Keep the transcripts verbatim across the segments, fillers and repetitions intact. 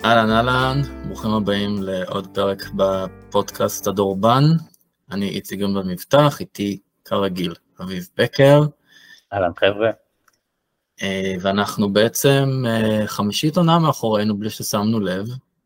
אהלן אהלן, ברוכים הבאים לעוד פרק בפודקאסט הדורבן. אני איציק גרינבלד מבטח, איתי כרגיל אביב בקר. אהלן חבר'ה. ואנחנו בעצם חמישית עונה מאחורינו בלי ששמנו לב.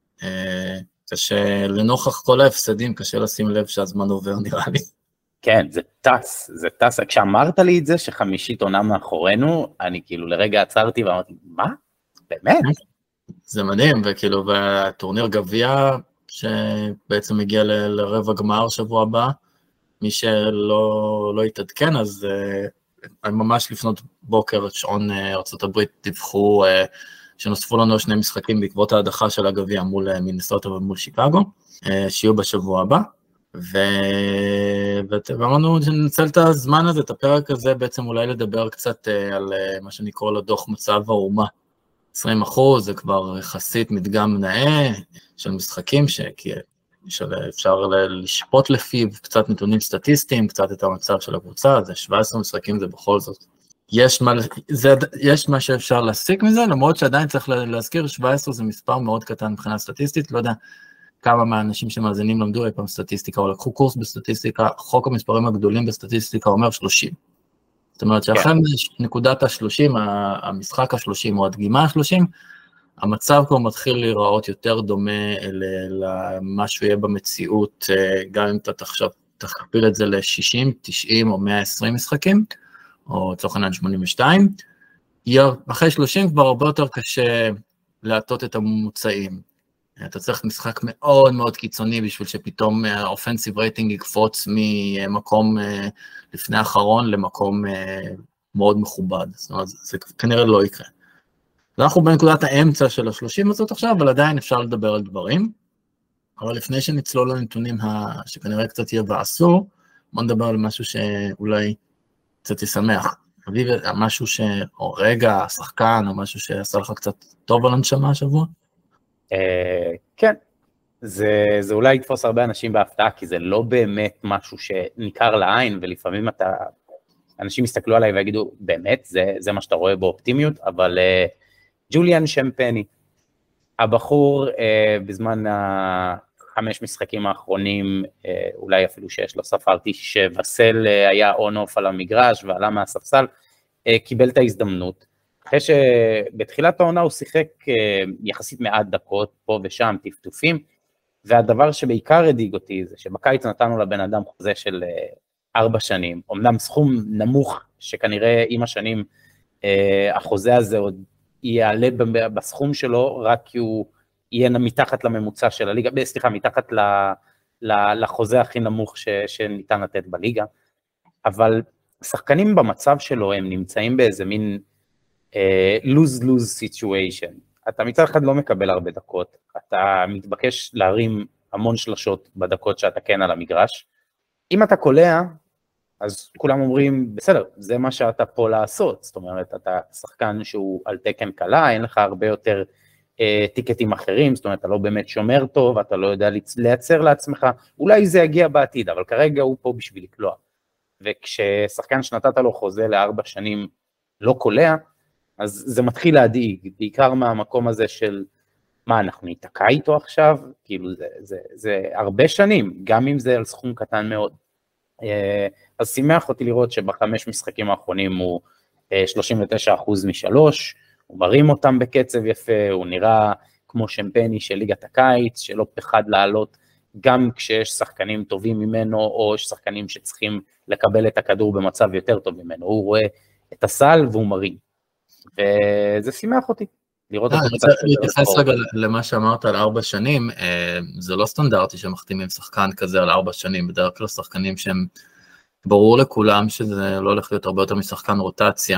קשה, לנוכח כל ההפסדים, קשה לשים לב שהזמן עובר נראה לי. כן, זה טס, זה טס. כשאמרת לי את זה שחמישית עונה מאחורינו, אני כאילו לרגע עצרתי ואמרתי, מה? באמת? זה מדהים, וכאילו בטורניר גביע, שבעצם מגיע ל- לרבע גמר שבוע הבא, מי שלא לא יתעדכן, אז uh, ממש לפנות בוקר, שעון uh, ארצות הברית, דיווחו uh, שנוספו לנו שני משחקים בעקבות ההדחה של הגביע מול uh, מינסוטה ומול שיקגו, uh, שיהיו בשבוע הבא, ו... ואמרנו שננצל את הזמן הזה, את הפרק הזה, בעצם אולי לדבר קצת uh, על uh, מה שאני קורא לו דוח מצב האומה, עשרים אחוז, זה כבר יחסית מדגם נאה של משחקים שאפשר לשפוט לפיו, קצת נתונים סטטיסטיים, קצת את המצב של הקבוצה, זה שבע עשרה משחקים, זה בכל זאת. יש מה, זה, יש מה שאפשר להסיק מזה, למרות שעדיין צריך להזכיר, שבע עשרה זה מספר מאוד קטן מבחינה סטטיסטית, לא יודע כמה מהאנשים שמאזינים למדו אי פעם סטטיסטיקה, או לקחו קורס בסטטיסטיקה, חוק המספרים הגדולים בסטטיסטיקה אומר שלושים. זאת אומרת שאחרי נקודת ה-שלושים, המשחק ה-שלושים או הדגימה ה-שלושים, המצב כבר מתחיל להיראות יותר דומה למה שהוא יהיה במציאות, גם אם אתה עכשיו תכפיל את זה ל-שישים, תשעים או מאה ועשרים משחקים, או לצורך העניין שמונים ושתיים, אחרי שלושים כבר הרבה יותר קשה להטות את הממוצעים. אתה צריך משחק מאוד מאוד קיצוני בשביל שפתאום האופנסיב רייטינג יקפוץ ממקום לפני האחרון למקום מאוד מכובד. זאת אומרת, זה כנראה לא יקרה. אנחנו בנקודת האמצע של השלושים הזאת עכשיו, אבל עדיין אפשר לדבר על דברים. אבל לפני שנצלול לנתונים שכנראה קצת יבאסו, בוא נדבר על משהו שאולי קצת ישמח. אביב, משהו ש... או רגע, שחקן, או משהו שעשה לך קצת טוב על הנשמה השבוע? כן, זה, זה אולי יתפוס הרבה אנשים בהפתעה, כי זה לא באמת משהו שניכר לעין, ולפעמים אתה, אנשים יסתכלו עליי ויגידו, באמת, זה, זה מה שאתה רואה באופטימיות, אבל ג'וליאן שמפני, הבחור בזמן החמש משחקים האחרונים, אולי אפילו שיש לו ספרתי, שווסל היה און-אוף על המגרש, ועלה מהספסל, קיבל את ההזדמנות, אחרי שבתחילת העונה הוא שיחק יחסית מעט דקות, פה ושם, טפטופים, והדבר שבעיקר הדאיג אותי זה שבקיץ נתנו לבן אדם חוזה של ארבע שנים, אמנם סכום נמוך שכנראה עם השנים החוזה הזה עוד יעלה בסכום שלו, רק כי הוא יהיה מתחת לממוצע של הליגה, סליחה, מתחת לחוזה הכי נמוך שניתן לתת בליגה, אבל שחקנים במצב שלו הם נמצאים באיזה מין lose-lose situation, אתה מצד אחד לא מקבל הרבה דקות, אתה מתבקש להרים המון שלשות בדקות שאתה כן על המגרש, אם אתה קולע, אז כולם אומרים, בסדר, זה מה שאתה פה לעשות, זאת אומרת, אתה שחקן שהוא על תקן קלה, אין לך הרבה יותר אה, טיקטים אחרים, זאת אומרת, אתה לא באמת שומר טוב, אתה לא יודע לייצר לעצמך, אולי זה יגיע בעתיד, אבל כרגע הוא פה בשביל לקלוע, וכששחקן שנתת לו חוזה לארבע שנים לא קולע, אז זה מתחיל להדאיג, בעיקר מהמקום הזה של, מה, אנחנו ניתקע איתו עכשיו? כאילו, זה, זה, זה הרבה שנים, גם אם זה על סכום קטן מאוד. אז שימח אותי לראות שבחמש משחקים האחרונים הוא שלושים ותשעה אחוז משלוש, הוא מרים אותם בקצב יפה, הוא נראה כמו שמפני של ליגת הקיץ, שלא פחד לעלות, גם כשיש שחקנים טובים ממנו, או יש שחקנים שצריכים לקבל את הכדור במצב יותר טוב ממנו, הוא רואה את הסל והוא מרים. וזה שימח אותי, לראות את זה. אני רוצה להתייחס רגע למה שאמרת על ארבע שנים, זה לא סטנדרטי שמחתימים שחקן כזה על ארבע שנים, בדרך כלל שחקנים שהם, ברור לכולם שזה לא הולך להיות הרבה יותר משחקן רוטציה,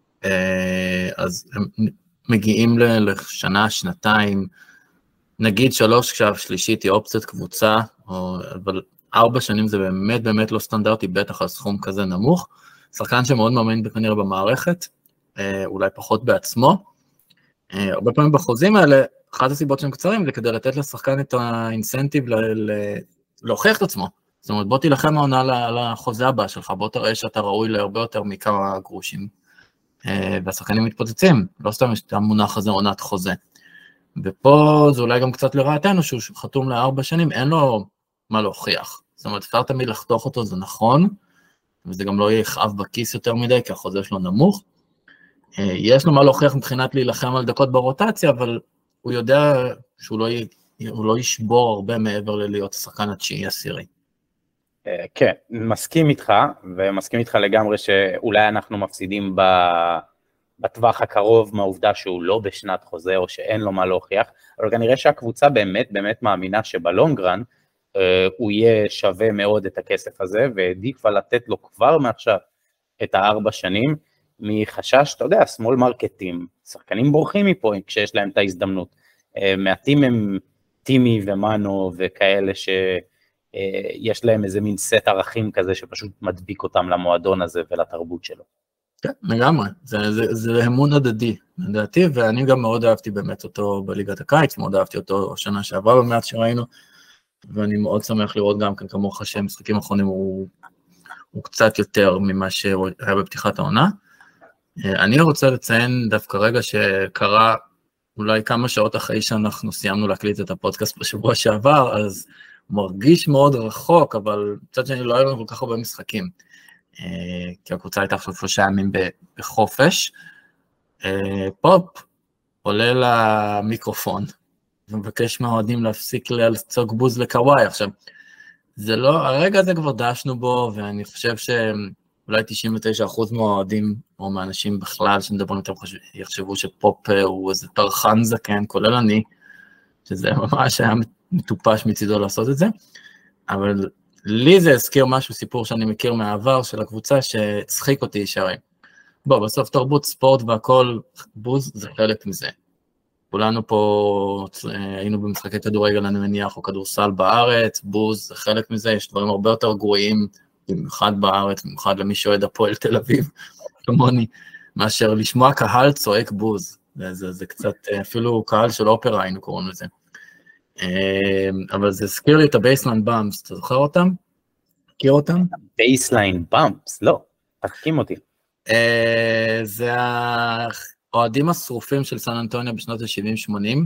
אז הם מגיעים לשנה, שנתיים, נגיד שלוש כשהשלישית שלישית היא אופציית קבוצה, אבל ארבע שנים זה באמת באמת לא סטנדרטי, בטח על סכום כזה נמוך, שחקן שמאוד מאמין כנראה במערכת, אולי פחות בעצמו, הרבה פעמים בחוזים האלה, אחת הסיבות שהם קצרים, זה כדי לתת לשחקן את האינסנטיב להוכיח את עצמו, זאת אומרת, בוא תילחם העונה לחוזה הבא שלך, בוא תראה שאתה ראוי להרבה יותר מכמה גרושים, והשחקנים מתפוצצים, לא סתם יש את המונח הזה עונת חוזה, ופה זה אולי גם קצת לרעתנו, שהוא חתום לארבע שנים, אין לו מה להוכיח. זאת אומרת, אפשר תמיד לחתוך אותו, זה נכון, וזה גם לא יכאב בכיס יותר מדי, כי החוזה שלו נמוך. יש לו מה להוכיח מבחינת להילחם על דקות ברוטציה, אבל הוא יודע שהוא לא, י... הוא לא ישבור הרבה מעבר ללהיות השחקן התשיעי עשירי. כן, מסכים איתך, ומסכים איתך לגמרי שאולי אנחנו מפסידים בטווח הקרוב מהעובדה שהוא לא בשנת חוזה, או שאין לו מה להוכיח, אבל כנראה שהקבוצה באמת באמת מאמינה שבלונגרן, הוא יהיה שווה מאוד את הכסף הזה, ועדיף לתת לו כבר מעכשיו את הארבע שנים, מחשש, אתה יודע, small marketים, שחקנים בורחים מפה כשיש להם את ההזדמנות. מעטים הם טימי ומנו וכאלה שיש להם איזה מין סט ערכים כזה שפשוט מדביק אותם למועדון הזה ולתרבות שלו. כן, לגמרי, זה, זה, זה אמון הדדי, לדעתי, ואני גם מאוד אהבתי באמת אותו בליגת הקיץ, מאוד אהבתי אותו שנה שעברה במעט שראינו, ואני מאוד שמח לראות גם כאן כמוך שמשחקים האחרונים הוא, הוא קצת יותר ממה שהיה בפתיחת העונה. אני רוצה לציין דווקא רגע שקרה אולי כמה שעות אחרי שאנחנו סיימנו להקליט את הפודקאסט בשבוע שעבר, אז מרגיש מאוד רחוק, אבל קצת שאני לא היה לנו כל כך הרבה משחקים, כי הקבוצה הייתה עכשיו שלושה ימים בחופש. פופ עולה למיקרופון, ומבקש מהאוהדים להפסיק לצעוק בוז לקוואי. עכשיו, זה לא, הרגע הזה כבר דשנו בו, ואני חושב שאולי תשעים ותשעה אחוז מהאוהדים, או מהאנשים בכלל שמדברים יותר, יחשבו שפופ הוא איזה טרחן זקן, כולל אני, שזה ממש היה מטופש מצידו לעשות את זה, אבל לי זה הזכיר משהו, סיפור שאני מכיר מהעבר של הקבוצה, שצחיק אותי ישרים. בוא, בסוף תרבות ספורט והכל, בוז זה חלק מזה. כולנו פה היינו במשחקי כדורגל, אני מניח, או כדורסל בארץ, בוז זה חלק מזה, יש דברים הרבה יותר גרועים, במיוחד בארץ, במיוחד למי שאוהד הפועל תל אביב, כמוני, מאשר לשמוע קהל צועק בוז. זה, זה, זה קצת, אפילו קהל של אופרה היינו קוראים לזה. אבל זה הזכיר לי את הבייסליין באמפס, אתה זוכר אותם? מכיר אותם? בייסליין באמפס, לא, תחכים אותי. זה האוהדים השרופים של סן אנטוניו בשנות ה-שבעים שמונים,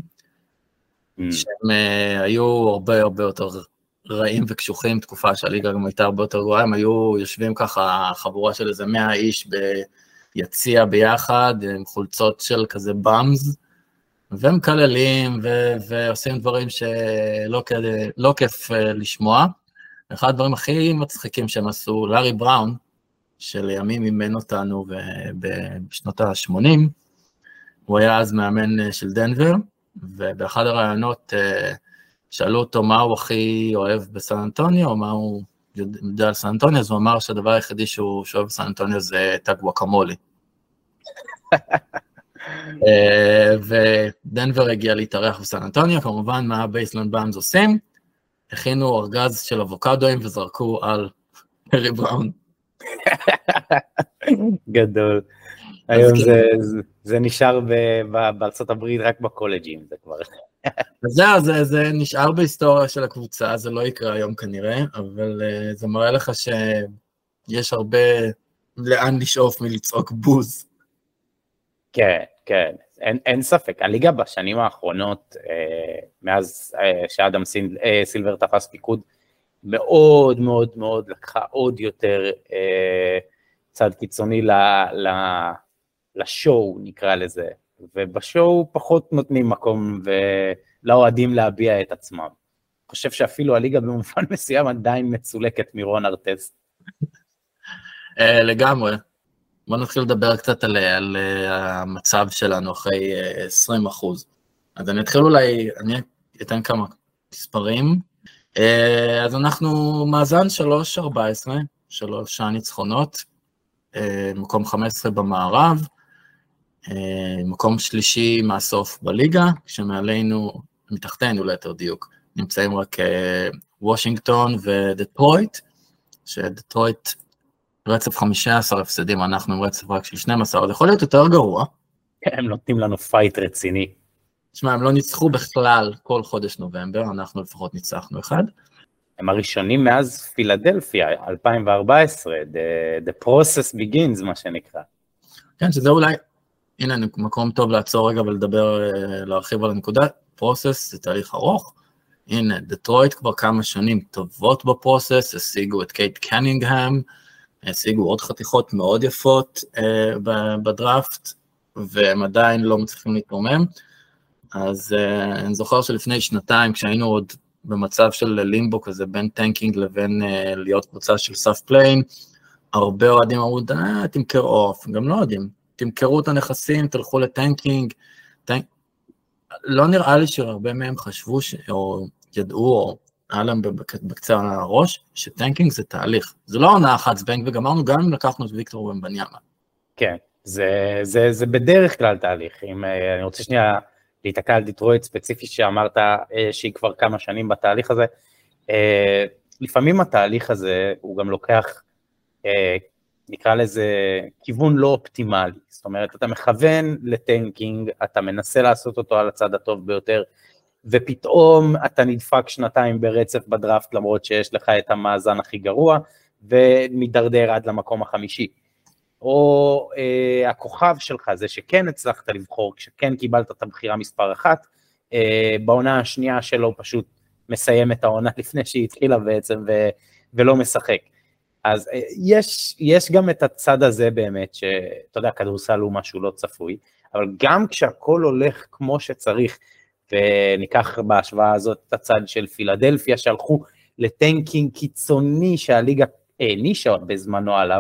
שהם היו הרבה הרבה יותר רעים וקשוחים, תקופה שהליגה גם הייתה הרבה יותר גרועה, הם היו יושבים ככה חבורה של איזה מאה איש ביציע ביחד, עם חולצות של כזה באמס, והם כללים ו- ועושים דברים שלא כדי, לא כיף לשמוע. אחד הדברים הכי מצחיקים שהם עשו, לארי בראון, שלימים אימן אותנו בשנות ה-שמונים, הוא היה אז מאמן של דנבר, ובאחד הרעיונות שאלו אותו מה הוא הכי אוהב בסן אנטוניו, או מה הוא יודע על סן אנטוניו, אז הוא אמר שהדבר היחידי שהוא אוהב בסן אנטוניו זה את הגואקמולי. ודנבר הגיע להתארח בסן אנטוניו, כמובן מה הבייסליין באמפס עושים, הכינו ארגז של אבוקדואים וזרקו על לארי בראון. גדול. היום זה, זה נשאר בארצות הברית רק בקולג'ים, זה כבר. זהו, זה, זה נשאר בהיסטוריה של הקבוצה, זה לא יקרה היום כנראה, אבל זה מראה לך שיש הרבה לאן לשאוף מלצעוק בוז. כן, כן, אין, אין ספק. הליגה בשנים האחרונות, אה, מאז אה, שאדם סילבר, אה, סילבר תפס פיקוד, מאוד מאוד מאוד לקחה עוד יותר אה, צד קיצוני ל, ל, לשואו, נקרא לזה, ובשואו פחות נותנים מקום ולאוהדים להביע את עצמם. אני חושב שאפילו הליגה במובן מסוים עדיין מצולקת מרון ארטז. לגמרי. בוא נתחיל לדבר קצת על, על המצב שלנו אחרי עשרים אחוז. אז אני אתחיל אולי, אני אתן כמה מספרים. אז אנחנו מאזן שלוש ארבע עשרה, שלושה ניצחונות, מקום חמש עשרה במערב, מקום שלישי מהסוף בליגה, כשמעלינו, מתחתנו ליתר דיוק, נמצאים רק וושינגטון ודטרויט, שדטרויט רצף חמישה עשר הפסדים, אנחנו עם רצף רק של שנים עשר, זה יכול להיות יותר גרוע. הם נותנים לנו פייט רציני. תשמע, הם לא ניצחו בכלל כל חודש נובמבר, אנחנו לפחות ניצחנו אחד. הם הראשונים מאז פילדלפיה, אלפיים וארבע עשרה, the, the process begins, מה שנקרא. כן, שזה אולי, הנה מקום טוב לעצור רגע ולדבר, להרחיב על הנקודה, פרוסס זה תהליך ארוך, הנה, דטרויט כבר כמה שנים טובות בפרוסס, השיגו את קייט קנינגהם, השיגו עוד חתיכות מאוד יפות בדראפט, והם עדיין לא מצליחים להתרומם, אז אני זוכר שלפני שנתיים, כשהיינו עוד במצב של לימבו כזה, בין טנקינג לבין להיות קבוצה של סאף פליין, הרבה אוהדים אמרו, אה, תמכר אוף, גם לא יודעים, תמכרו את הנכסים, תלכו לטנקינג, טנק... לא נראה לי שהרבה מהם חשבו, ש... או ידעו, או היה להם בקצה הראש, שטנקינג זה תהליך, זה לא עונה אחת זבנג, וגמרנו גם אם לקחנו את ויקטור בנבניאמה. כן, זה, זה, זה בדרך כלל תהליך, אם אני רוצה שנייה להתעכב על דיטרויט ספציפי שאמרת שהיא כבר כמה שנים בתהליך הזה, לפעמים התהליך הזה הוא גם לוקח, נקרא לזה כיוון לא אופטימלי, זאת אומרת, אתה מכוון לטנקינג, אתה מנסה לעשות אותו על הצד הטוב ביותר, ופתאום אתה נדפק שנתיים ברצף בדראפט, למרות שיש לך את המאזן הכי גרוע, ומדרדר עד למקום החמישי. או אה, הכוכב שלך, זה שכן הצלחת לבחור, כשכן קיבלת את הבחירה מספר אחת, אה, בעונה השנייה שלו פשוט מסיים את העונה לפני שהיא התחילה בעצם, ו, ולא משחק. אז אה, יש, יש גם את הצד הזה באמת, שאתה יודע, כדורסל הוא משהו לא צפוי, אבל גם כשהכל הולך כמו שצריך, וניקח בהשוואה הזאת את הצד של פילדלפיה, שהלכו לטנקינג קיצוני שהליגה הענישה בזמנו עליו,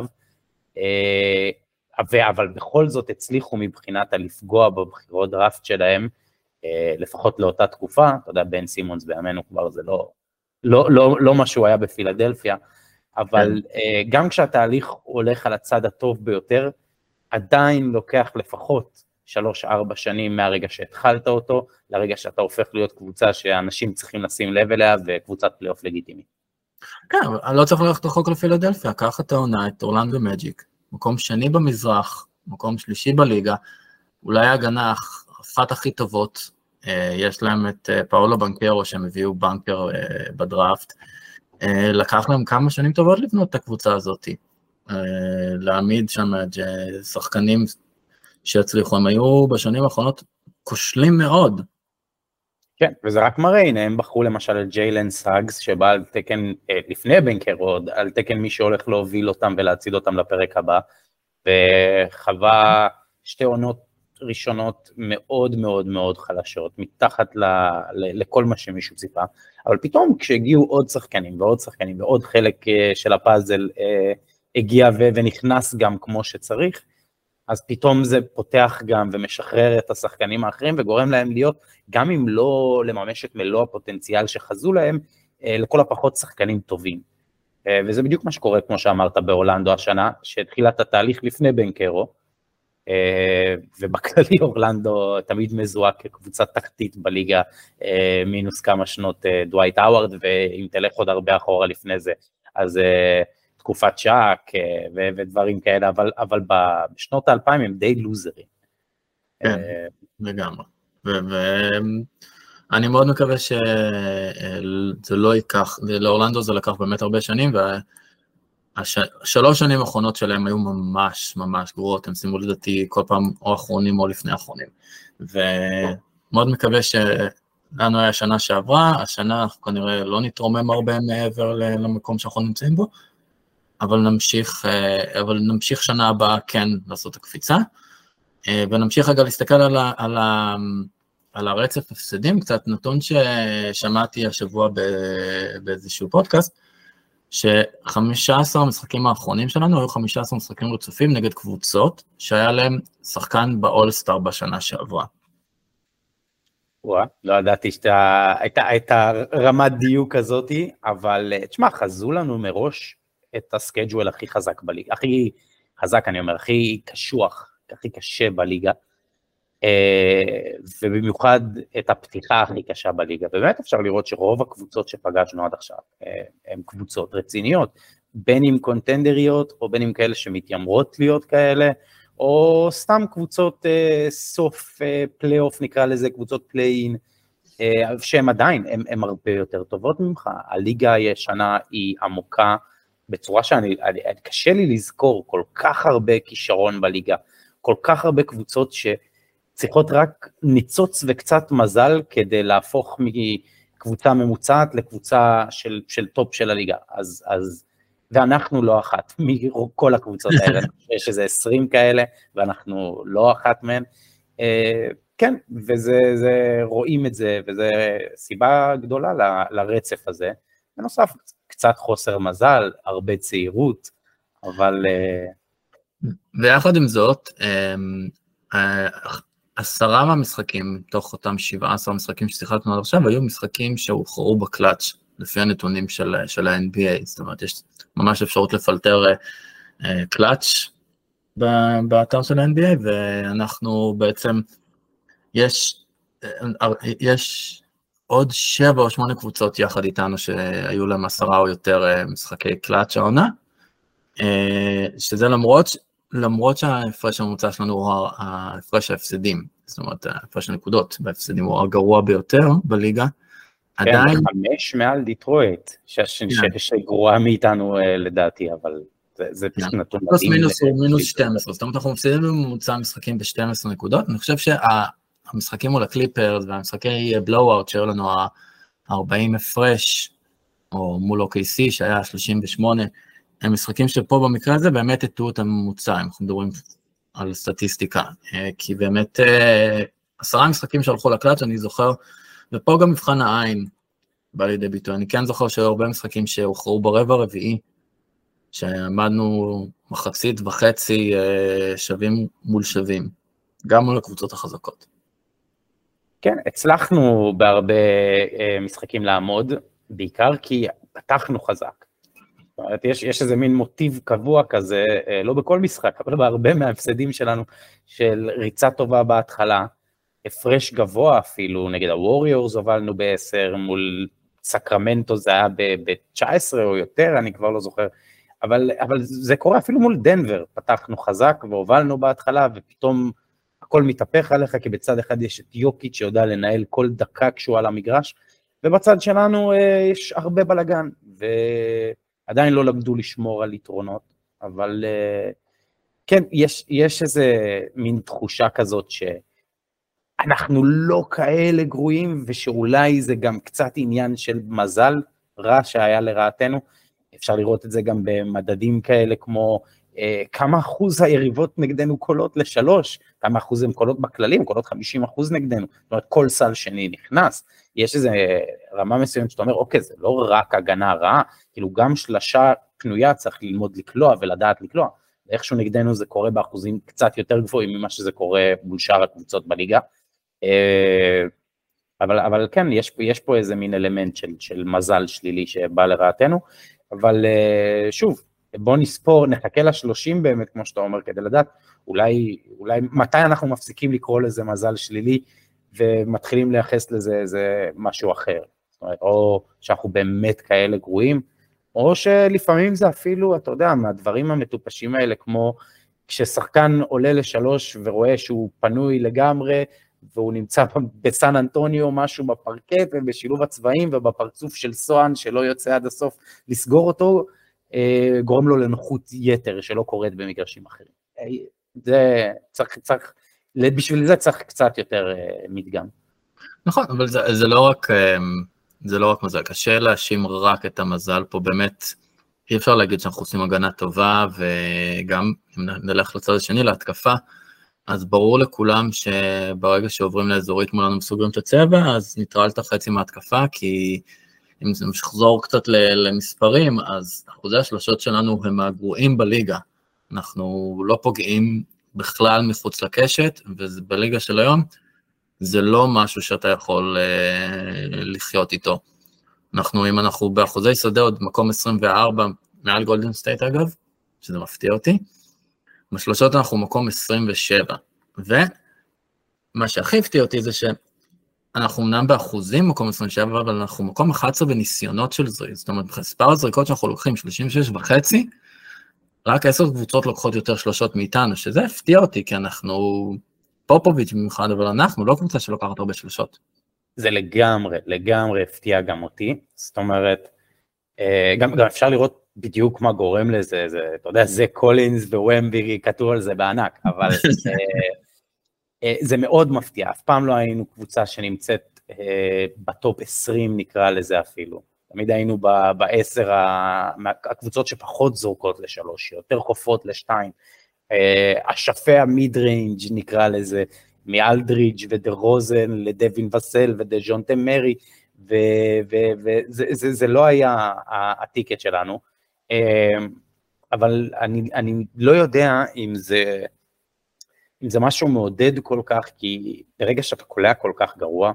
אבל בכל זאת הצליחו מבחינת לפגוע בבחירות דראפט שלהם, לפחות לאותה תקופה, אתה יודע, בן סימונס בימינו כבר זה לא, לא, לא, לא מה שהוא היה בפילדלפיה, אבל גם כשהתהליך הולך על הצד הטוב ביותר, עדיין לוקח לפחות שלוש, ארבע שנים מהרגע שהתחלת אותו, לרגע שאתה הופך להיות קבוצה שאנשים צריכים לשים לב אליה, וקבוצת פלייאוף לגיטימית. כן, אבל אני לא צריך ללכת רחוק לפילדלפיה, קח את העונה, את אורלנדו מג'יק, מקום שני במזרח, מקום שלישי בליגה, אולי ההגנה אחת הכי טובות, יש להם את פאולו בנקרו, שהם הביאו בנקר בדראפט, לקח להם כמה שנים טובות לבנות את הקבוצה הזאת, להעמיד שם שחקנים שהצליחו, הם היו בשנים האחרונות כושלים מאוד. כן, וזה רק מראה, הנה, הם בחרו למשל את ג'יילן סאגס, שבא על תקן, לפני בנקר עוד, על תקן מי שהולך להוביל אותם ולהציד אותם לפרק הבא, וחווה שתי עונות ראשונות מאוד מאוד מאוד חלשות, מתחת ל, ל, לכל מה שמישהו ציפה, אבל פתאום כשהגיעו עוד שחקנים ועוד שחקנים ועוד חלק של הפאזל הגיע ו, ונכנס גם כמו שצריך, אז פתאום זה פותח גם ומשחרר את השחקנים האחרים, וגורם להם להיות, גם אם לא לממש את מלוא הפוטנציאל שחזו להם, לכל הפחות שחקנים טובים. וזה בדיוק מה שקורה, כמו שאמרת, באורלנדו השנה, שהתחילה את התהליך לפני בנקרו, ובכללי אורלנדו תמיד מזוהה כקבוצת תחתית בליגה, מינוס כמה שנות דווייט האוורד, ואם תלך עוד הרבה אחורה לפני זה, אז תקופת שק ודברים כאלה, אבל, אבל בשנות האלפיים הם די לוזרים. כן, לגמרי. ואני מאוד מקווה שזה לא ייקח, לאורלנדו זה לקח באמת הרבה שנים, והשלוש שנים האחרונות שלהם היו ממש ממש גרועות, הם שימו לדעתי כל פעם או אחרונים או לפני האחרונים, ומאוד מקווה שלנו היה שנה שעברה, השנה אנחנו כנראה לא נתרומם הרבה מעבר למקום שאנחנו נמצאים בו, אבל נמשיך, אבל נמשיך שנה הבאה כן לעשות הקפיצה, ונמשיך רגע להסתכל על, ה, על, ה, על הרצף הפסדים, קצת נתון ששמעתי השבוע באיזשהו פודקאסט, ש-חמישה עשר המשחקים האחרונים שלנו היו חמישה עשר משחקים רצופים נגד קבוצות, שהיה להם שחקן באולסטאר בשנה שעברה. וואה, לא ידעתי שאתה, את הרמת דיוק הזאת, אבל תשמע, חזו לנו מראש, את הסקייג'ואל הכי חזק בליגה, הכי חזק אני אומר, הכי קשוח, הכי קשה בליגה, ובמיוחד את הפתיחה הכי קשה בליגה, ובאמת אפשר לראות שרוב הקבוצות שפגשנו עד עכשיו, הן קבוצות רציניות, בין אם קונטנדריות, או בין אם כאלה שמתיימרות להיות כאלה, או סתם קבוצות סוף פלייאוף נקרא לזה, קבוצות פליין, שהן עדיין, הן הרבה יותר טובות ממך, הליגה הישנה היא עמוקה, בצורה שאני, קשה לי לזכור כל כך הרבה כישרון בליגה, כל כך הרבה קבוצות שצריכות רק ניצוץ וקצת מזל, כדי להפוך מקבוצה ממוצעת לקבוצה של, של טופ של הליגה, אז, אז, ואנחנו לא אחת, מכל הקבוצות האלה, יש איזה עשרים כאלה, ואנחנו לא אחת מהן, כן, וזה, זה, רואים את זה, וזה סיבה גדולה ל, לרצף הזה, בנוסף, קצת חוסר מזל, הרבה צעירות, אבל... ויחד עם זאת, עשרה מהמשחקים, תוך אותם שבעה עשר משחקים ששיחקנו עד עכשיו, היו משחקים שהוכרעו בקלאץ', לפי הנתונים של, של ה-אן בי איי, זאת אומרת, יש ממש אפשרות לפלטר קלאץ' באתר של ה-אן בי איי, ואנחנו בעצם, יש, יש עוד שבע או שמונה קבוצות יחד איתנו, שהיו להם עשרה או יותר משחקי קלאץ' העונה, שזה למרות, למרות שההפרש הממוצע שלנו הוא ההפרש ההפסדים, זאת אומרת, ההפרש הנקודות בהפסדים הוא הגרוע ביותר בליגה, עדיין... כן, חמש מעל דיטרויט, שגרועה מאיתנו לדעתי, אבל זה פשוט נתון מדהים. פלוס מינוס הוא מינוס שתים עשרה, זאת אומרת, אנחנו מפסידים בממוצע משחקים ב-שתים עשרה נקודות, אני חושב שהמשחקים מול הקליפרס והמשחקי בלואו-אוט, שהיו לנו ארבעים הפרש, או מול או קיי סי שהיה שלושים ושמונה, הם משחקים שפה במקרה הזה באמת הטעו את הממוצע, אנחנו מדברים על סטטיסטיקה, כי באמת עשרה משחקים שהלכו לקלאץ' אני זוכר, ופה גם מבחן העין בא לידי ביטוי, אני כן זוכר שהיו הרבה משחקים שהוכרעו ברבע הרביעי, שעמדנו מחצית וחצי שווים מול שווים, גם מול הקבוצות החזקות. כן, הצלחנו בהרבה משחקים לעמוד, בעיקר כי פתחנו חזק. יש, יש איזה מין מוטיב קבוע כזה, לא בכל משחק, אבל בהרבה מההפסדים שלנו, של ריצה טובה בהתחלה, הפרש גבוה אפילו, נגד הווריורס הובלנו ב-עשר, מול סקרמנטו זה היה ב-תשע עשרה או יותר, אני כבר לא זוכר, אבל, אבל זה קורה אפילו מול דנבר, פתחנו חזק והובלנו בהתחלה, ופתאום הכל מתהפך עליך, כי בצד אחד יש את יוקיץ' שיודע לנהל כל דקה כשהוא על המגרש, ובצד שלנו יש הרבה בלגן, ו... עדיין לא למדו לשמור על יתרונות, אבל כן, יש, יש איזה מין תחושה כזאת שאנחנו לא כאלה גרועים, ושאולי זה גם קצת עניין של מזל רע שהיה לרעתנו, אפשר לראות את זה גם במדדים כאלה כמו אה, כמה אחוז היריבות נגדנו קולות לשלוש, כמה אחוז הם קולות בכללים, קולות חמישים אחוז נגדנו, זאת אומרת כל סל שני נכנס, יש איזה רמה מסוימת שאתה אומר, אוקיי, זה לא רק הגנה רעה, כאילו גם שלשה פנויה צריך ללמוד לקלוע ולדעת לקלוע, איכשהו נגדנו זה קורה באחוזים קצת יותר גבוהים ממה שזה קורה מול שאר הקבוצות בליגה, אבל, אבל כן, יש, יש פה איזה מין אלמנט של, של מזל שלילי שבא לרעתנו, אבל שוב, בוא נספור, נחכה לשלושים באמת, כמו שאתה אומר, כדי לדעת, אולי, אולי, מתי אנחנו מפסיקים לקרוא לזה מזל שלילי, ומתחילים לייחס לזה איזה משהו אחר, זאת אומרת, או שאנחנו באמת כאלה גרועים, או שלפעמים זה אפילו, אתה יודע, מהדברים המטופשים האלה, כמו כששחקן עולה לשלוש ורואה שהוא פנוי לגמרי, והוא נמצא בסן אנטוניו משהו בפרקט, ובשילוב הצבעים ובפרצוף של סואן, שלא יוצא עד הסוף לסגור אותו, גורם לו לנוחות יתר, שלא קורית במגרשים אחרים. זה צריך, צריך, בשביל זה צריך קצת יותר מדגם. נכון, אבל זה, זה לא רק, זה לא רק מזל, קשה להאשים רק את המזל פה, באמת אי אפשר להגיד שאנחנו עושים הגנה טובה, וגם אם נלך לצד השני להתקפה, אז ברור לכולם שברגע שעוברים לאזורית מולנו מסוגרים את הצבע, אז נטרלת חצי מההתקפה, כי אם זה משחזור קצת למספרים, אז אחוזי השלשות שלנו הם הגרועים בליגה, אנחנו לא פוגעים בכלל מחוץ לקשת, ובליגה של היום, זה לא משהו שאתה יכול אה, לחיות איתו. אנחנו, אם אנחנו באחוזי שדה עוד מקום עשרים וארבע, מעל גולדן סטייט אגב, שזה מפתיע אותי, בשלושות אנחנו מקום עשרים ושבע, ומה שהכי הפתיע אותי זה שאנחנו אמנם באחוזים מקום עשרים ושבע, אבל אנחנו מקום אחת עשרה בניסיונות של זריק, זאת אומרת, מספר הזריקות שאנחנו לוקחים שלושים ושש וחצי, רק עשר קבוצות לוקחות יותר שלושות מאיתנו, שזה הפתיע אותי, כי אנחנו פופוביץ' במיוחד, אבל אנחנו לא קבוצה שלוקחת הרבה שלושות. זה לגמרי, לגמרי הפתיע גם אותי, זאת אומרת, גם, גם אפשר לראות בדיוק מה גורם לזה, זה, אתה יודע, זה קולינס ווומבי כתוב על זה בענק, אבל זה מאוד מפתיע, אף פעם לא היינו קבוצה שנמצאת בטופ עשרים נקרא לזה אפילו, תמיד היינו בעשר הקבוצות שפחות זורקות לשלוש, יותר חופות לשתיים, השפה המיד ריינג' נקרא לזה, מאלדריג' ודה רוזן לדווין וסל ודה ז'ונטה מרי, וזה לא היה הטיקט שלנו, אבל אני, אני לא יודע אם זה, אם זה משהו מעודד כל כך, כי ברגע שאתה קולע כל כך גרוע,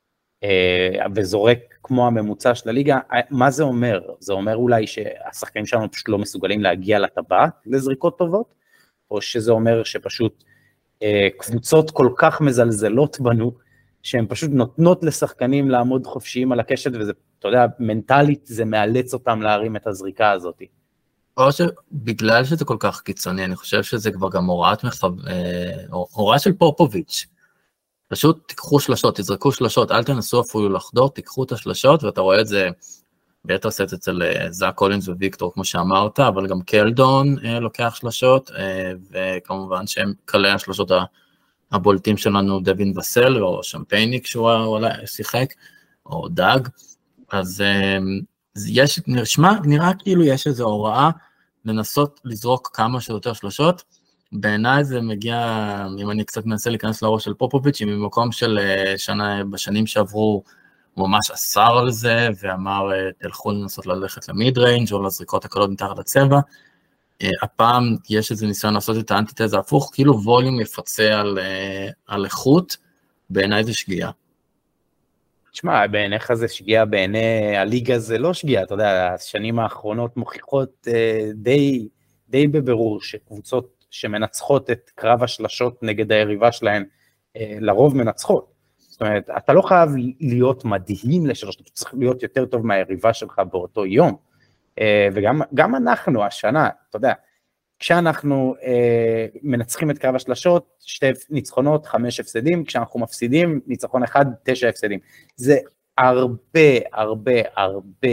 וזורק כמו הממוצע של הליגה, מה זה אומר? זה אומר אולי שהשחקנים שלנו פשוט לא מסוגלים להגיע לטבעת לזריקות טובות, או שזה אומר שפשוט קבוצות כל כך מזלזלות בנו, שהן פשוט נותנות לשחקנים לעמוד חופשיים על הקשת, וזה, אתה יודע, מנטלית זה מאלץ אותם להרים את הזריקה הזאת. או שבגלל שזה כל כך קיצוני, אני חושב שזה כבר גם הוראת מחב... הוראה של פופוביץ'. פשוט תיקחו שלשות, תזרקו שלשות, אל תנסו אפילו לחדור, תיקחו את השלשות, ואתה רואה את זה, ביתר סט אצל זאק קולינס וויקטור, כמו שאמרת, אבל גם קלדון לוקח שלשות, וכמובן שהם קלי השלשות הבולטים שלנו, דווין וסל, או שמפייניק שהוא שיחק, או דאג, אז יש, נשמע, נראה כאילו יש איזו הוראה, לנסות לזרוק כמה שיותר שלשות, בעיניי זה מגיע, אם אני קצת מנסה להיכנס לראש של פופוביץ', ממקום של שנה, בשנים שעברו, הוא ממש אסר על זה, ואמר, תלכו לנסות ללכת למיד ריינג' או לזריקות הקלות מתחת לצבע, הפעם יש איזה ניסיון לעשות את האנטיתזה הפוך, כאילו ווליום יפצה על, על איכות, בעיניי זה שגיאה. תשמע, בעיניך זה שגיאה, בעיני הליגה זה לא שגיאה, אתה יודע, השנים האחרונות מוכיחות די, די בבירור שקבוצות שמנצחות את קרב השלשות נגד היריבה שלהן, לרוב מנצחות. זאת אומרת, אתה לא חייב להיות מדהים לשלוש, אתה צריך להיות יותר טוב מהיריבה שלך באותו יום. וגם גם אנחנו השנה, אתה יודע, כשאנחנו מנצחים את קרב השלשות, שתי ניצחונות, חמש הפסדים, כשאנחנו מפסידים, ניצחון אחד, תשע הפסדים. זה הרבה, הרבה, הרבה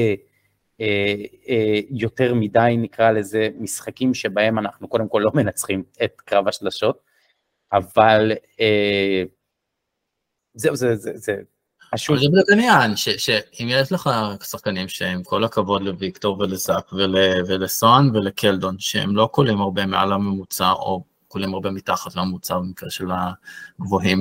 יותר מדי, נקרא לזה, משחקים שבהם אנחנו קודם כל לא מנצחים את קרב השלשות, אבל זהו, זה, זה, זה, אבל זה בדיוק עניין, שאם יש לך שחקנים שהם כל הכבוד לוויקטור ולזאק ולסון ולקלדון, שהם לא קולים הרבה מעל הממוצע, או קולים הרבה מתחת לממוצע במקרה של הגבוהים,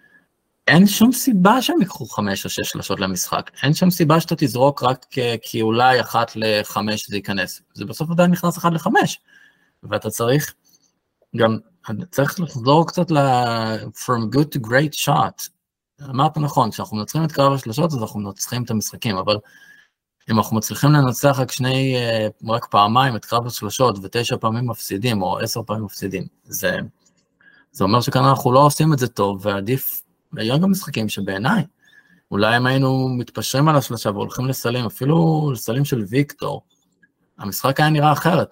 אין שום סיבה שהם יקחו חמש או שש שלשות למשחק, אין שום סיבה שאתה תזרוק רק כי אולי אחת לחמש זה ייכנס, זה בסוף עדיין נכנס אחת לחמש, ואתה צריך גם, צריך לחזור קצת ל- from good to great shot, אמרת נכון, כשאנחנו מנצחים את קרב השלשות, אז אנחנו מנצחים את המשחקים, אבל אם אנחנו מצליחים לנצח רק שני, רק פעמיים את קרב השלשות, ותשע פעמים מפסידים, או עשר פעמים מפסידים, זה, זה אומר שכאן אנחנו לא עושים את זה טוב, ועדיף, היו גם משחקים שבעיניי, אולי אם היינו מתפשרים על השלושה, והולכים לסלים, אפילו לסלים של ויקטור, המשחק היה נראה אחרת.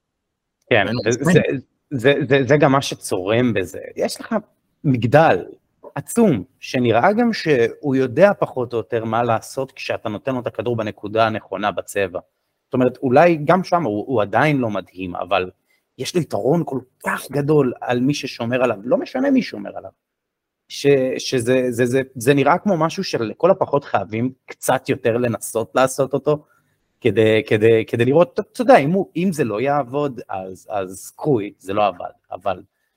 כן, זה, זה, זה, זה גם מה שצורם בזה, יש לך מגדל, עצום, שנראה גם שהוא יודע פחות או יותר מה לעשות כשאתה נותן לו את הכדור בנקודה הנכונה בצבע. זאת אומרת, אולי גם שם הוא, הוא עדיין לא מדהים, אבל יש לי יתרון כל כך גדול על מי ששומר עליו, לא משנה מי שומר עליו, ש, שזה זה, זה, זה נראה כמו משהו שלכל הפחות חייבים קצת יותר לנסות לעשות אותו, כדי, כדי, כדי לראות, אתה יודע, אם, הוא, אם זה לא יעבוד, אז, אז קרוי, זה לא עבד, אבל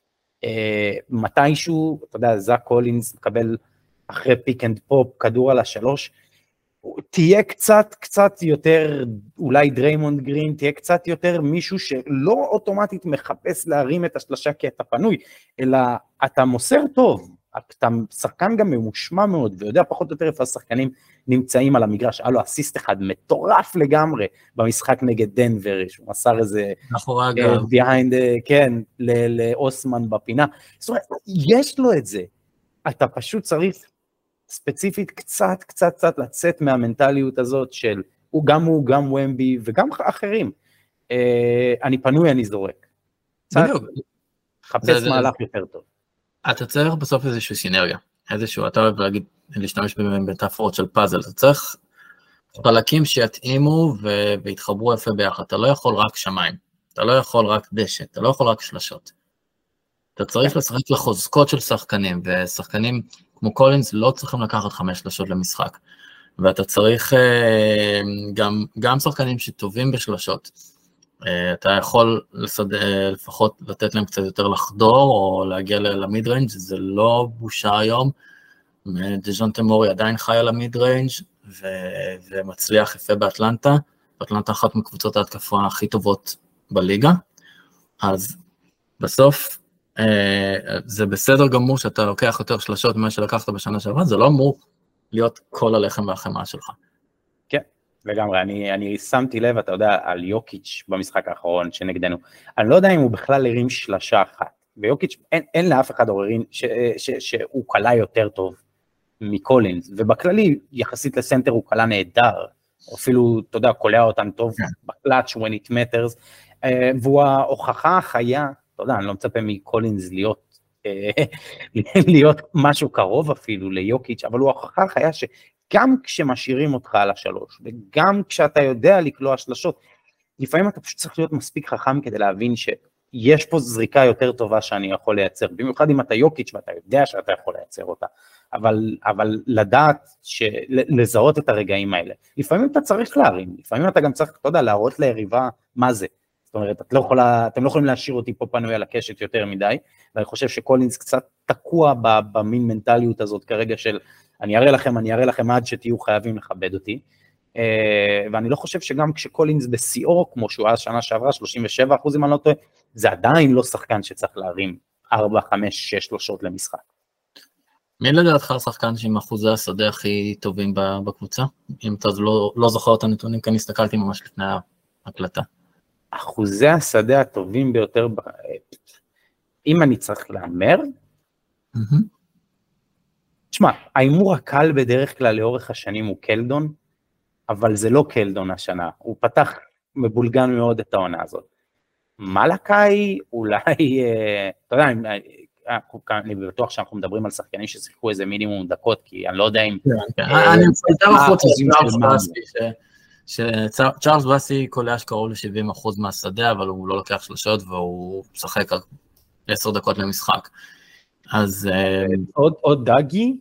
Uh, מתישהו, אתה יודע, זאק קולינס מקבל אחרי פיק אנד פופ, כדור על השלוש, תהיה קצת, קצת יותר, אולי דריימונד גרין, תהיה קצת יותר מישהו שלא אוטומטית מחפש להרים את השלשה כי אתה פנוי, אלא אתה מוסר טוב, אתה שחקן גם ממושמע מאוד, ויודע פחות או יותר איפה השחקנים נמצאים על המגרש, היה לו אסיסט אחד מטורף לגמרי, במשחק נגד דנבר, שהוא מסר איזה, uh, behind, uh, כן, לאוסמן בפינה, זאת אומרת, יש לו את זה, אתה פשוט צריך, ספציפית קצת, קצת, קצת לצאת מהמנטליות הזאת, של, הוא גם הוא, גם ומבי, וגם אחרים, uh, אני פנוי, אני זורק, קצת, חפש מהלך יותר טוב. אתה צריך בסוף איזושהי סינרגיה, איזשהו, אתה אוהב להגיד, להשתמש במטאפורות של פאזל, אתה צריך חלקים שיתאימו ויתחברו יפה ביחד. אתה לא יכול רק שמיים, אתה לא יכול רק דשא, אתה לא יכול רק שלשות. אתה צריך לשחק לחוזקות של שחקנים, ושחקנים כמו קולינס לא צריכים לקחת חמש שלשות למשחק. ואתה צריך גם, גם שחקנים שטובים בשלשות. אתה יכול לסד... לפחות לתת להם קצת יותר לחדור, או להגיע למיד ריינג', זה לא בושה היום. דז'ונטה מורי עדיין חי על המיד ריינג' ו... ומצליח יפה באטלנטה. באטלנטה אחת מקבוצות ההתקפה הכי טובות בליגה. אז בסוף, זה בסדר גמור שאתה לוקח יותר שלשות ממה שלקחת בשנה שעברה, זה לא אמור להיות כל הלחם והחמאה שלך. כן, לגמרי, אני, אני שמתי לב, אתה יודע, על יוקיץ' במשחק האחרון שנגדנו, אני לא יודע אם הוא בכלל הרים שלשה אחת, ויוקיץ' אין, אין לאף אחד עוררין ש, ש, ש, שהוא קלה יותר טוב מקולינס, ובכללי יחסית לסנטר הוא קלה נהדר, אפילו, אתה יודע, קולע אותן טוב בקלאץ' when it matters, והוא ההוכחה החיה, אתה יודע, אני לא מצפה מקולינס להיות, להיות משהו קרוב אפילו ליוקיץ', אבל הוא ההוכחה החיה שגם כשמשאירים אותך על השלוש, וגם כשאתה יודע לקלוע שלשות, לפעמים אתה פשוט צריך להיות מספיק חכם כדי להבין שיש פה זריקה יותר טובה שאני יכול לייצר, במיוחד אם אתה יוקיץ' ואתה יודע שאתה יכול לייצר אותה, אבל, אבל לדעת, לזהות את הרגעים האלה, לפעמים אתה צריך להרים, לפעמים אתה גם צריך, אתה יודע, להראות ליריבה מה זה, זאת אומרת, את לא יכולה, אתם לא יכולים להשאיר אותי פה פנוי על הקשת יותר מדי, ואני חושב שקולינס קצת תקוע במין מנטליות הזאת כרגע של, אני אראה לכם, אני אראה לכם עד שתהיו חייבים לכבד אותי, ואני לא חושב שגם כשקולינס בשיאו, כמו שהוא היה שנה שעברה, שלושים ושבע אחוז אם אני לא טועה, זה עדיין לא שחקן שצריך להרים ארבע, חמש, שש שלושות למשחק. מי לדעתך השחקן עם אחוזי השדה הכי טובים בקבוצה? אם אתה לא, לא זוכר את הנתונים, כי אני הסתכלתי ממש לפני ההקלטה. אחוזי השדה הטובים ביותר, אם אני צריך לאמר, תשמע, האימור הקל בדרך כלל לאורך השנים הוא קלדון, אבל זה לא קלדון השנה, הוא פתח מבולגן מאוד את העונה הזאת. מלאקאי אולי, אתה יודע, אני בטוח שאנחנו מדברים על שחקנים ששיחקו איזה מינימום דקות, כי אני לא יודע אם... אני יותר החוץ שצ'ארלס בסי קולע שקרוב ל-שבעים אחוז מהשדה, אבל הוא לא לוקח שלשות, והוא משחק עשר דקות למשחק. אז... עוד דאגי,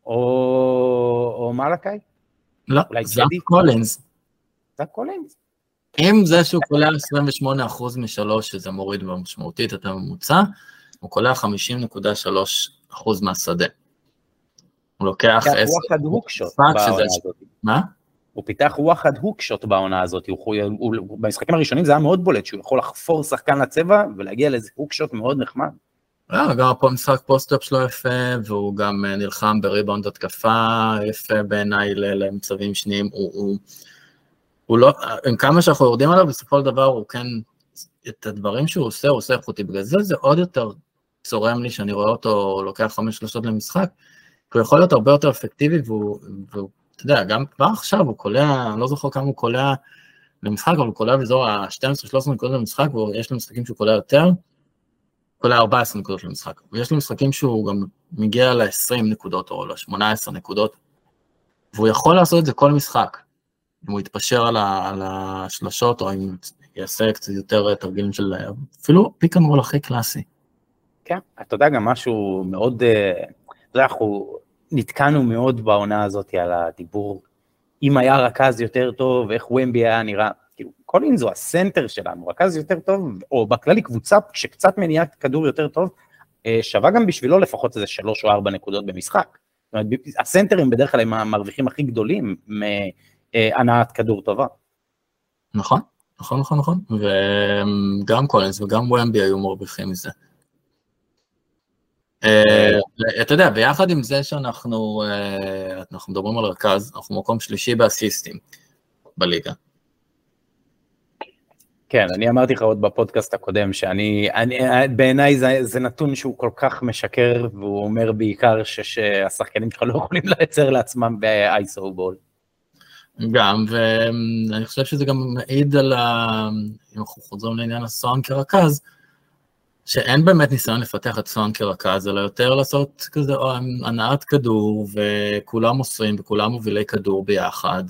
או מלאקאי? לא, זאק קולינס. זאק קולינס? אם זה שהוא קולע עשרים ושמונה אחוז משלוש, שזה מוריד במשמעותית את הממוצע, הוא קולע חמישים נקודה שלוש אחוז מהשדה. הוא לוקח עשר... וואחד הוקשוט בעונה הזאת. מה? הוא פיתח וואחד הוקשוט בעונה הזאת, במשחקים הראשונים זה היה מאוד בולט, שהוא יכול לחפור שחקן לצבע, ולהגיע לאיזה הוקשוט מאוד נחמד. גם פה משחק פוסט-אפ שלו יפה, והוא גם נלחם בריבאונד התקפה, יפה בעיניי למצבים שניים, הוא לא, עם כמה שאנחנו יורדים עליו, בסופו של דבר הוא כן, את הדברים שהוא עושה, הוא עושה איכותי, בגלל זה זה עוד יותר צורם לי, שאני רואה אותו לוקח חמש שלושות למשחק, כי הוא יכול להיות הרבה יותר אפקטיבי, והוא, אתה יודע, גם כבר עכשיו הוא קולע, אני לא זוכר כמה הוא קולע למשחק, אבל הוא קולע באזור ה-שתים עשרה שלוש עשרה נקודות למשחק, ויש לו משחקים שהוא קולע יותר, קולע ארבע עשרה נקודות למשחק, ויש לו משחקים שהוא גם מגיע ל-עשרים נקודות, או ל-שמונה עשרה נקודות, והוא יכול לעשות את זה כל משחק, אם הוא יתפשר על, ה- על השלשות, או אם יעשה קצת יותר תרגילים של, אפילו פיק אנד רול הכי קלאסי. כן, אתה יודע גם משהו מאוד, אתה יודע, אנחנו נתקענו מאוד בעונה הזאת על הדיבור, אם היה רכז יותר טוב, ואיך ומבי היה נראה, כאילו, קולינס הוא הסנטר שלנו, רכז יותר טוב, או בכללי קבוצה, שקצת מניעת כדור יותר טוב, שווה גם בשבילו לפחות איזה שלוש או ארבע נקודות במשחק. זאת אומרת, הסנטרים בדרך כלל הם המרוויחים הכי גדולים, מהנעת כדור טובה. נכון, נכון, נכון, נכון, וגם קולינס וגם ומבי היו מרוויחים מזה. אתה יודע, ביחד עם זה שאנחנו אנחנו מדברים על רכז, אנחנו מקום שלישי באסיסטים בליגה. כן, אני אמרתי לך עוד בפודקאסט הקודם, שאני, בעיניי זה, זה נתון שהוא כל כך משקר, והוא אומר בעיקר שהשחקנים שלך לא יכולים לייצר לעצמם ב-איסו בול. גם, ואני חושב שזה גם מעיד על ה... אם אנחנו חוזרים לעניין הסואן כרכז, שאין באמת ניסיון לפתח את סון כרכז, אלא יותר לעשות כזה הנעת כדור, וכולם מוסרים, וכולם מובילי כדור ביחד,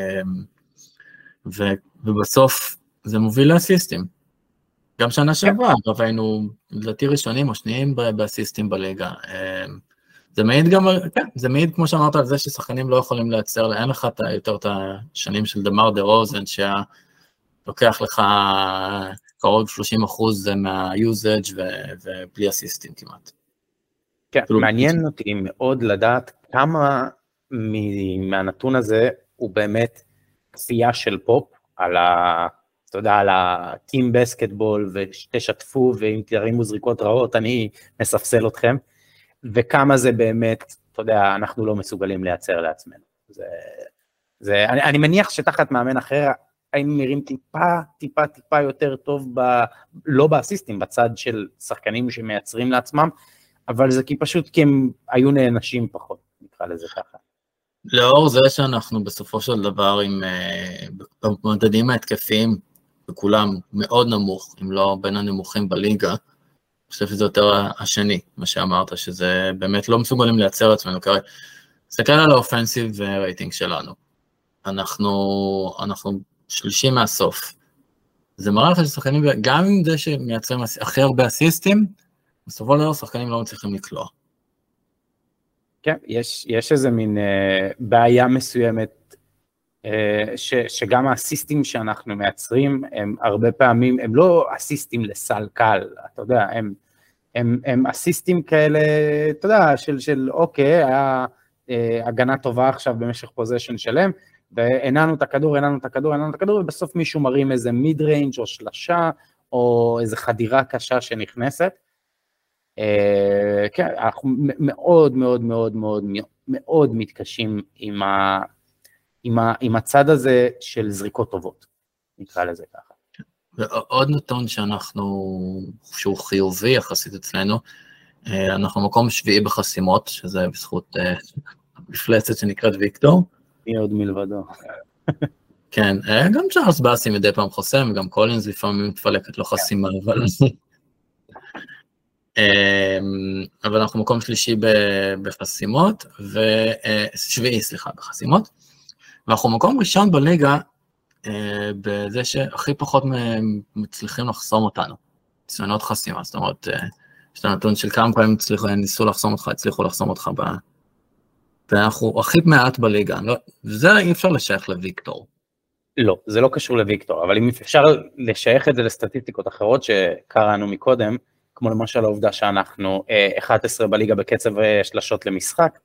ו, ובסוף זה מוביל לאסיסטים. גם שנה שעברה, אגב, היינו לדעתי ראשונים או שניים באסיסטים בליגה. זה מעיד גם, כן, זה מעיד, כמו שאמרת, על זה ששחקנים לא יכולים לייצר, אין לך יותר את השנים של דמר דה רוזן, שלוקח לך קרוב שלושים אחוז מהיוזאג' ובלי אסיסטים כמעט. כן, מעניין אותי מאוד לדעת כמה מהנתון הזה הוא באמת כפייה של פופ, על ה... אתה יודע, על הטים בסקטבול, ותשתפו, ואם תרימו זריקות רעות, אני מספסל אתכם, וכמה זה באמת, אתה יודע, אנחנו לא מסוגלים לייצר לעצמנו. זה, זה, אני, אני מניח שתחת מאמן אחר, היינו נראים טיפה, טיפה, טיפה יותר טוב, ב, לא באסיסטים, בצד של שחקנים שמייצרים לעצמם, אבל זה כי פשוט כי הם היו נענשים פחות, נקרא לזה ככה. לאור זה שאנחנו בסופו של דבר עם במדדים ההתקפיים, וכולם מאוד נמוך, אם לא בין הנמוכים בליגה, אני חושב שזה יותר השני, מה שאמרת, שזה באמת לא מסוגלים לייצר עצמנו, כי תסתכל על האופנסיב רייטינג שלנו, אנחנו, אנחנו שלישי מהסוף, זה מראה לך ששחקנים, גם עם זה שמייצרים הכי הרבה אסיסטים, בסופו של דבר שחקנים לא מצליחים לקלוע. כן, יש, יש איזה מין אה, בעיה מסוימת, ש, שגם האסיסטים שאנחנו מייצרים, הם הרבה פעמים, הם לא אסיסטים לסל קל, אתה יודע, הם, הם, הם אסיסטים כאלה, אתה יודע, של, של אוקיי, היה הגנה טובה עכשיו במשך פוזיישן שלם, והנענו את הכדור, הנענו את הכדור, הנענו את הכדור, ובסוף מישהו מרים איזה מיד ריינג' או שלשה, או איזה חדירה קשה שנכנסת. כן, אנחנו מאוד מאוד מאוד מאוד מאוד מתקשים עם ה... עם, ה, עם הצד הזה של זריקות טובות, נקרא לזה ככה. ועוד נתון שאנחנו, שהוא חיובי יחסית אצלנו, אנחנו מקום שביעי בחסימות, שזה בזכות מפלצת שנקראת ויקטור. מי עוד מלבדו. כן, גם צ'ארלס באסי מדי פעם חוסם, וגם קולינס לפעמים מתפלקת לו חסימה, אבל... אבל אנחנו מקום שלישי בחסימות, ושביעי, סליחה, בחסימות, ואנחנו מקום ראשון בליגה, בזה שהכי פחות מצליחים לחסום אותנו, ניסיונות חסימה, זאת אומרת, יש את הנתון של כמה פעמים ניסו לחסום אותך, הצליחו לחסום אותך, ואנחנו הכי מעט בליגה, וזה אי אפשר לשייך לוויקטור. לא, זה לא קשור לוויקטור, אבל אם אפשר לשייך את זה לסטטיסטיקות אחרות שקראנו מקודם, כמו למשל העובדה שאנחנו אחת עשרה בליגה בקצב שלשות למשחק,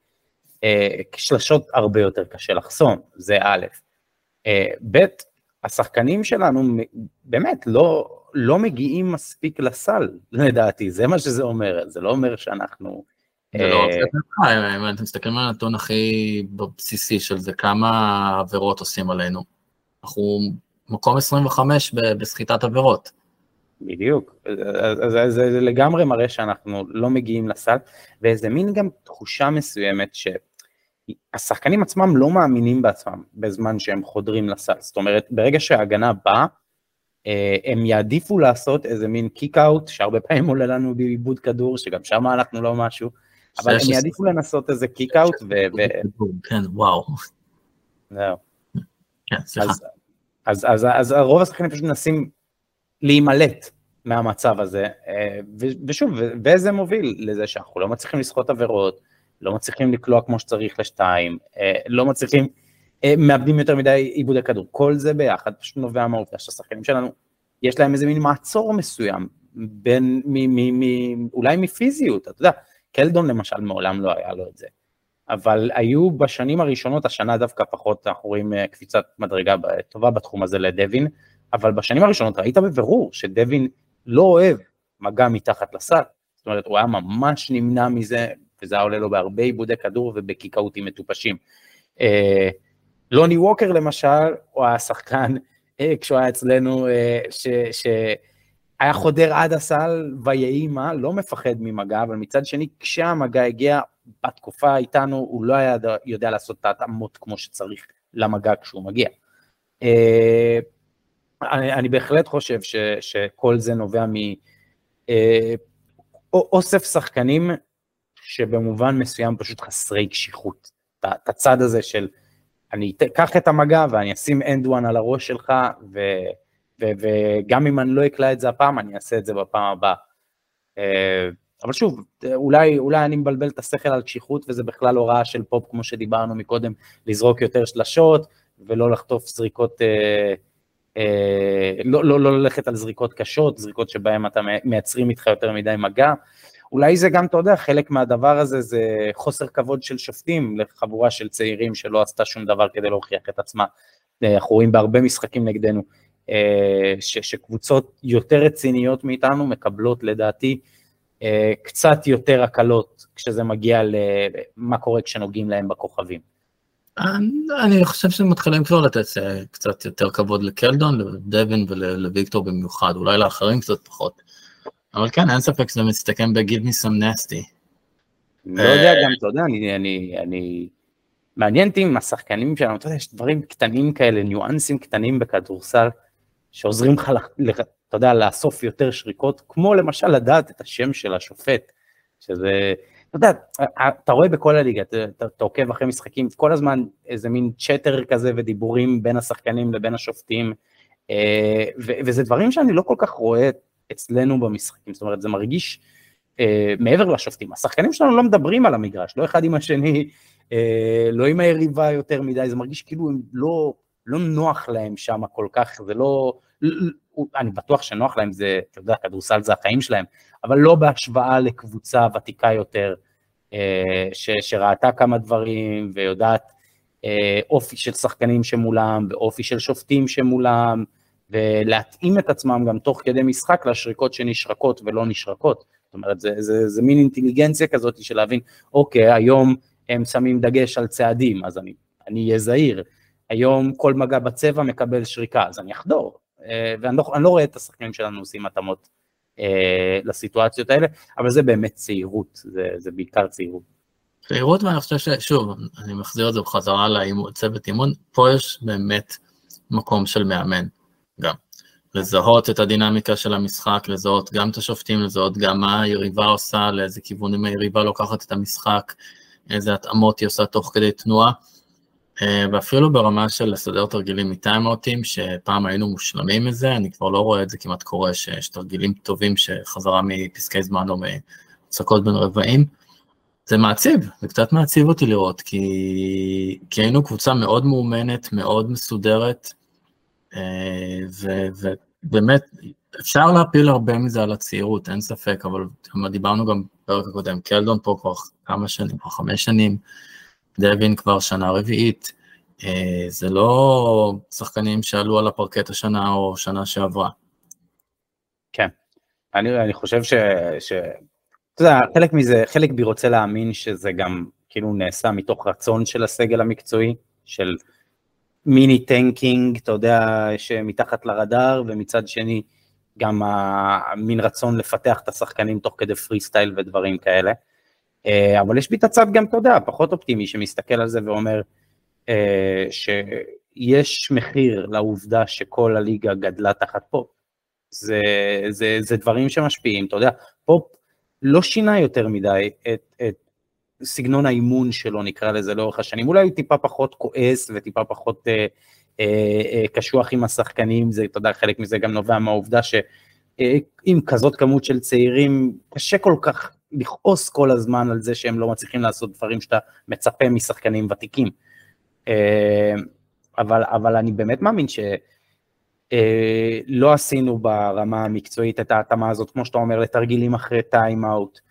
שלשות הרבה יותר קשה לחסום, זה א', ב', השחקנים שלנו באמת לא, לא מגיעים מספיק לסל, לדעתי, זה מה שזה אומר, זה לא אומר שאנחנו... זה לא רוצה לך, אם אתם מסתכלים על הנתון הכי בבסיסי של זה, כמה עבירות עושים עלינו, אנחנו מקום עשרים וחמש בסחיטת עבירות. בדיוק, אז זה לגמרי מראה שאנחנו לא מגיעים לסל, ואיזה מין גם תחושה מסוימת שהשחקנים עצמם לא מאמינים בעצמם בזמן שהם חודרים לסל, זאת אומרת, ברגע שההגנה באה, הם יעדיפו לעשות איזה מין קיק-אוט, שהרבה פעמים עולה לנו בעיבוד כדור, שגם שם אנחנו לא משהו, אבל הם יעדיפו לנסות איזה קיק-אוט, ו... כן, וואו. זהו. כן, סליחה. אז רוב השחקנים פשוט מנסים להימלט מהמצב הזה, ושוב, וזה מוביל לזה שאנחנו לא מצליחים לשחות עבירות, לא מצליחים לקלוע כמו שצריך לשתיים, לא מצליחים, מאבדים יותר מדי עיבוד הכדור, כל זה ביחד פשוט נובע מהעובדה שהשחקנים שלנו, יש להם איזה מין מעצור מסוים, בין, אולי מפיזיות, אתה יודע, קלדון למשל מעולם לא היה לו את זה, אבל היו בשנים הראשונות, השנה דווקא פחות, אנחנו רואים קפיצת מדרגה טובה בתחום הזה לדווין, אבל בשנים הראשונות ראית בבירור שדווין לא אוהב מגע מתחת לסל, זאת אומרת, הוא היה ממש נמנע מזה, וזה היה עולה לו בהרבה עיבודי כדור ובקיקאוטים מטופשים. אה, לוני ווקר למשל, הוא היה שחקן, אה, כשהוא היה אצלנו, אה, ש, שהיה חודר עד הסל ויהימה, לא מפחד ממגע, אבל מצד שני, כשהמגע הגיע בתקופה איתנו, הוא לא היה יודע לעשות את ההתאמות כמו שצריך למגע כשהוא מגיע. אה, אני, אני בהחלט חושב ש, שכל זה נובע מ, אוסף שחקנים שבמובן מסוים פשוט חסרי קשיחות, את הצד הזה של אני אקח את המגע ואני אשים end one על הראש שלך, ו, ו, וגם אם אני לא אקלה את זה הפעם, אני אעשה את זה בפעם הבאה. אבל שוב, אולי, אולי אני מבלבל את השכל על קשיחות, וזה בכלל הוראה של פופ, כמו שדיברנו מקודם, לזרוק יותר שלשות, ולא לחטוף זריקות, אה, אה, לא, לא, לא ללכת על זריקות קשות, זריקות שבהן אתה מייצרים איתך יותר מדי מגע. אולי זה גם, אתה יודע, חלק מהדבר הזה זה חוסר כבוד של שופטים, לחבורה של צעירים שלא עשתה שום דבר כדי להוכיח את עצמה. אנחנו רואים בהרבה משחקים נגדנו, ש, שקבוצות יותר רציניות מאיתנו מקבלות לדעתי קצת יותר הקלות כשזה מגיע למה קורה כשנוגעים להם בכוכבים. אני חושב שמתחילים כבר לתת קצת יותר כבוד לקלדון, לדווין ולוויקטור במיוחד, אולי לאחרים קצת פחות. אבל כן, אין ספק שזה מסתכם ב-give me some nasty. לא יודע, גם אתה יודע, אני מעניין אותי עם השחקנים שלנו, אתה יודע, יש דברים קטנים כאלה, ניואנסים קטנים בכדורסל, שעוזרים לך, אתה יודע, לאסוף יותר שריקות, כמו למשל לדעת את השם של השופט, שזה, אתה יודע, אתה רואה בכל הליגה, אתה, אתה עוקב אחרי משחקים, כל הזמן איזה מין צ'טר כזה ודיבורים בין השחקנים לבין השופטים, ו, וזה דברים שאני לא כל כך רואה אצלנו במשחקים, זאת אומרת, זה מרגיש מעבר לשופטים, השחקנים שלנו לא מדברים על המגרש, לא אחד עם השני, לא עם היריבה יותר מדי, זה מרגיש כאילו הם לא... לא נוח להם שם כל כך, זה לא, אני בטוח שנוח להם, זה, אתה יודע, כדורסל זה החיים שלהם, אבל לא בהשוואה לקבוצה ותיקה יותר, ש, שראתה כמה דברים, ויודעת אופי של שחקנים שמולם, ואופי של שופטים שמולם, ולהתאים את עצמם גם תוך כדי משחק, לשריקות שנשרקות ולא נשרקות, זאת אומרת, זה, זה, זה מין אינטליגנציה כזאת, של להבין, אוקיי, היום הם שמים דגש על צעדים, אז אני, אני אהיה זהיר, היום כל מגע בצבע מקבל שריקה, אז אני אחדור, ואני לא, אני לא רואה את השחקנים שלנו עושים התאמות לסיטואציות האלה, אבל זה באמת צעירות, זה, זה בעיקר צעירות. צעירות, ואני חושב ששוב, אני מחזיר את זה בחזרה לצוות אימון, פה יש באמת מקום של מאמן, גם. לזהות את הדינמיקה של המשחק, לזהות גם את השופטים, לזהות גם מה היריבה עושה, לאיזה כיוונים היריבה לוקחת את המשחק, איזה התאמות היא עושה תוך כדי תנועה, ואפילו ברמה של לסדר תרגילים מטיימאוטים, שפעם היינו מושלמים מזה, אני כבר לא רואה את זה כמעט קורה, שיש תרגילים טובים שחזרה מפסקי זמן או מהפסקות בין רבעים, זה מעציב, זה קצת מעציב אותי לראות, כי, כי היינו קבוצה מאוד מאומנת, מאוד מסודרת, ובאמת אפשר להפיל הרבה מזה על הצעירות, אין ספק, אבל דיברנו גם בפרק הקודם, קלדון פה כבר כמה שנים, כבר חמש שנים, דווין כבר שנה רביעית, זה לא שחקנים שעלו על הפרקט השנה או שנה שעברה. כן, אני, אני חושב ש, ש... אתה יודע, חלק מזה, חלק בי רוצה להאמין שזה גם כאילו נעשה מתוך רצון של הסגל המקצועי, של מיני טנקינג, אתה יודע, שמתחת לרדאר, ומצד שני גם המין רצון לפתח את השחקנים תוך כדי פרי סטייל ודברים כאלה. אבל יש בי את הצד גם, אתה יודע, פחות אופטימי, שמסתכל על זה ואומר, שיש מחיר לעובדה שכל הליגה גדלה תחת פופ. זה, זה, זה דברים שמשפיעים, אתה יודע, פופ לא שינה יותר מדי את, את סגנון האימון שלו, נקרא לזה לאורך השנים, אולי הוא טיפה פחות כועס, וטיפה פחות אה, אה, אה, קשוח עם השחקנים, זה, אתה יודע, חלק מזה גם נובע מהעובדה שעם כזאת כמות של צעירים, קשה כל כך לכעוס כל הזמן על זה שהם לא מצליחים לעשות דברים שאתה מצפה משחקנים ותיקים. אבל, אבל אני באמת מאמין שלא עשינו ברמה המקצועית את ההתאמה הזאת, כמו שאתה אומר, לתרגילים אחרי טיים-אאוט,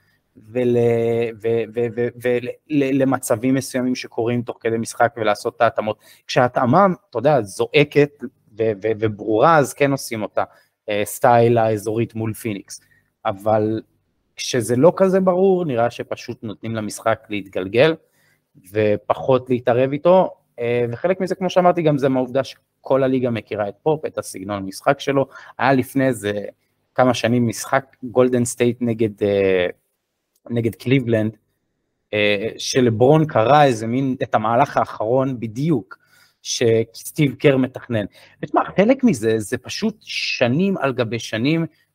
ולמצבים מסוימים שקורים תוך כדי משחק ולעשות את ההתאמות. כשההתאמה, אתה יודע, זועקת וברורה, אז כן עושים אותה, סטייל האזורית מול פיניקס. אבל כשזה לא כזה ברור, נראה שפשוט נותנים למשחק להתגלגל, ופחות להתערב איתו, וחלק מזה, כמו שאמרתי, גם זה מהעובדה שכל הליגה מכירה את פופ, את הסגנון המשחק שלו, היה לפני זה כמה שנים משחק גולדן סטייט נגד, נגד קליבלנד, שלברון קרא איזה מין, את המהלך האחרון בדיוק, שסטיב קר מתכנן. ותשמע, חלק מזה, זה פשוט שנים על גבי שנים,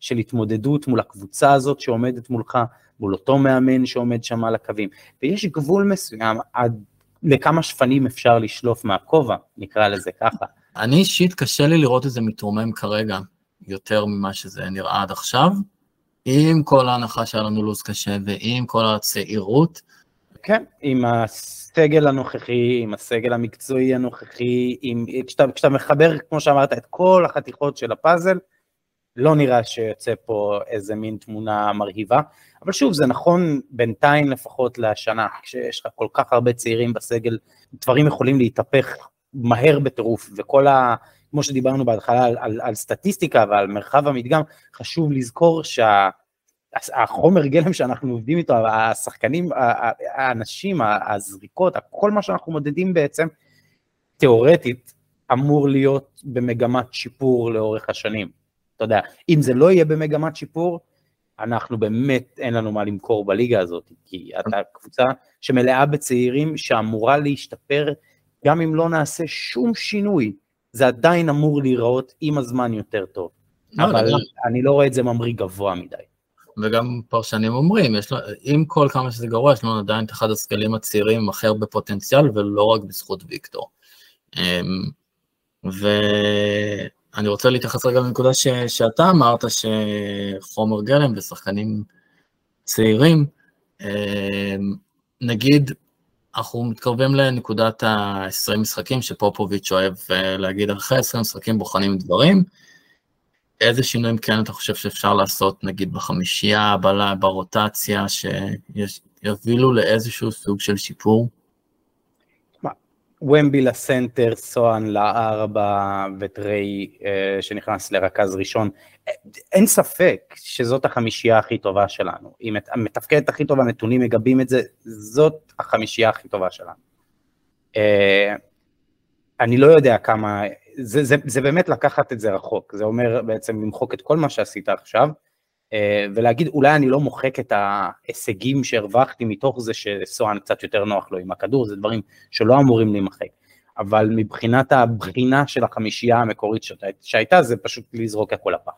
של התמודדות מול הקבוצה הזאת שעומדת מולך, מול אותו מאמן שעומד שם על הקווים, ויש גבול מסוים עד לכמה שפנים אפשר לשלוף מהכובע, נקרא לזה ככה. אני אישית קשה לי לראות את זה מתרומם כרגע, יותר ממה שזה נראה עד עכשיו, עם כל ההנחה שהיה לנו לוז קשה, ועם כל הצעירות. כן, עם הסגל הנוכחי, עם הסגל המקצועי הנוכחי, עם, כשאתה, כשאתה מחבר, כמו שאמרת, את כל החתיכות של הפאזל, לא נראה שיוצא פה איזה מין תמונה מרהיבה, אבל שוב, זה נכון בינתיים לפחות לשנה, כשיש לך כל כך הרבה צעירים בסגל, דברים יכולים להתהפך מהר בטירוף, וכל ה... כמו שדיברנו בהתחלה על, על, על סטטיסטיקה ועל מרחב המדגם, חשוב לזכור שהחומר גלם שאנחנו עובדים איתו, השחקנים, האנשים, הזריקות, כל מה שאנחנו מודדים בעצם, תיאורטית, אמור להיות במגמת שיפור לאורך השנים. אתה יודע, אם זה לא יהיה במגמת שיפור, אנחנו באמת אין לנו מה למכור בליגה הזאת, כי אתה קבוצה שמלאה בצעירים שאמורה להשתפר, גם אם לא נעשה שום שינוי, זה עדיין אמור להיראות עם הזמן יותר טוב. לא, אבל לא. אני לא רואה את זה ממריא גבוה מדי. וגם פרשנים אומרים, יש לו, עם כל כמה שזה גרוע, יש לנו עדיין את אחד הסגלים הצעירים עם הכי הרבה פוטנציאל, ולא רק בזכות ויקטור. ואני רוצה להתייחס רגע לנקודה ש... שאתה אמרת, שחומר גלם ושחקנים צעירים, נגיד, אנחנו מתקרבים לנקודת ה-עשרים משחקים, שפופוביץ' אוהב להגיד, אחרי עשרים משחקים בוחנים דברים, איזה שינויים כן אתה חושב שאפשר לעשות, נגיד בחמישייה, ברוטציה, שיובילו לאיזשהו סוג של שיפור? ומבי לסנטר, סואן לארבע וטרי שנכנס לרכז ראשון, אין ספק שזאת החמישייה הכי טובה שלנו, אם המתפקדת הכי טובה, הנתונים מגבים את זה, זאת החמישייה הכי טובה שלנו. אני לא יודע כמה, זה, זה, זה באמת לקחת את זה רחוק, זה אומר בעצם למחוק את כל מה שעשית עכשיו, ולהגיד אולי אני לא מוחק את ההישגים שהרווחתי מתוך זה שסואן קצת יותר נוח לו עם הכדור, זה דברים שלא אמורים להימחק, אבל מבחינת הבחינה של החמישייה המקורית שהייתה, זה פשוט לזרוק הכל הפח.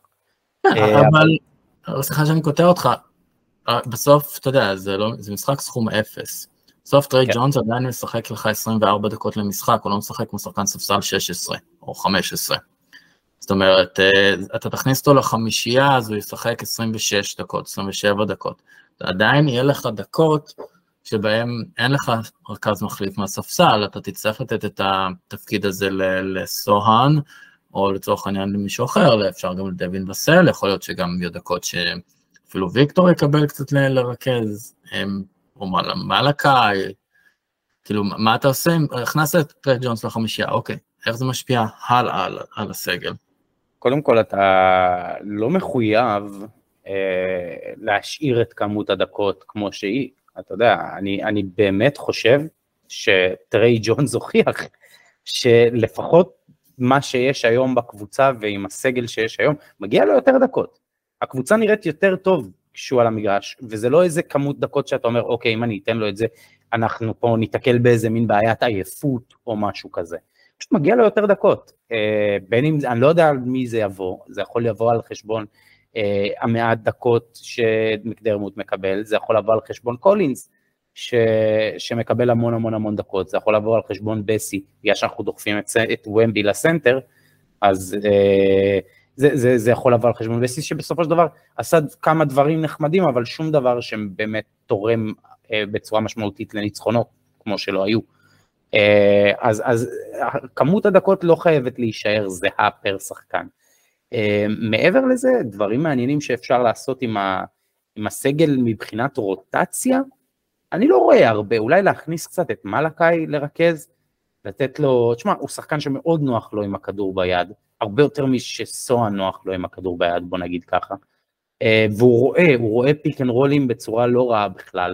אבל, סליחה שאני קוטע אותך, בסוף, אתה יודע, זה משחק סכום אפס, בסוף טרי ג'ונס עדיין משחק לך עשרים וארבע דקות למשחק, הוא לא משחק כמו שחקן ספסל שש עשרה או חמש עשרה. זאת אומרת, אתה תכניס אותו לחמישייה, אז הוא ישחק עשרים ושש דקות, עשרים ושבע דקות. עדיין יהיה לך דקות שבהם אין לך רכז מחליף מהספסל, אתה תצטרך לתת את התפקיד הזה לסוהן, או לצורך העניין למישהו אחר, אפשר גם לדווין וסל, יכול להיות שגם יהיו דקות שאפילו ויקטור יקבל קצת לרכז, או מלאקאי, כאילו, מה אתה עושה? הכנסת את טרי ג'ונס לחמישייה, אוקיי, איך זה משפיע הלאה על, על הסגל? קודם כל, אתה לא מחויב אה, להשאיר את כמות הדקות כמו שהיא. אתה יודע, אני, אני באמת חושב שטרי ג'ונס הוכיח שלפחות מה שיש היום בקבוצה ועם הסגל שיש היום, מגיע לו יותר דקות. הקבוצה נראית יותר טוב כשהוא על המגרש, וזה לא איזה כמות דקות שאתה אומר, אוקיי, אם אני אתן לו את זה, אנחנו פה ניתקל באיזה מין בעיית עייפות או משהו כזה. פשוט מגיע לו יותר דקות, בין אם, אני לא יודע על מי זה יבוא, זה יכול לבוא על חשבון המעט דקות שמקדרמוט מקבל, זה יכול לבוא על חשבון קולינס, ש, שמקבל המון המון המון דקות, זה יכול לבוא על חשבון בסי, בגלל שאנחנו דוחפים את, את ומבי לסנטר, אז זה, זה, זה יכול לבוא על חשבון בסי, שבסופו של דבר עשה כמה דברים נחמדים, אבל שום דבר שבאמת תורם בצורה משמעותית לניצחונות, כמו שלא היו. אז, אז כמות הדקות לא חייבת להישאר זהה פר שחקן. מעבר לזה, דברים מעניינים שאפשר לעשות עם, ה, עם הסגל מבחינת רוטציה, אני לא רואה הרבה, אולי להכניס קצת את מלאקאי לרכז, לתת לו, תשמע, הוא שחקן שמאוד נוח לו עם הכדור ביד, הרבה יותר משסוהן נוח לו עם הכדור ביד, בוא נגיד ככה, והוא רואה, הוא רואה פיק אנד רולים בצורה לא רעה בכלל,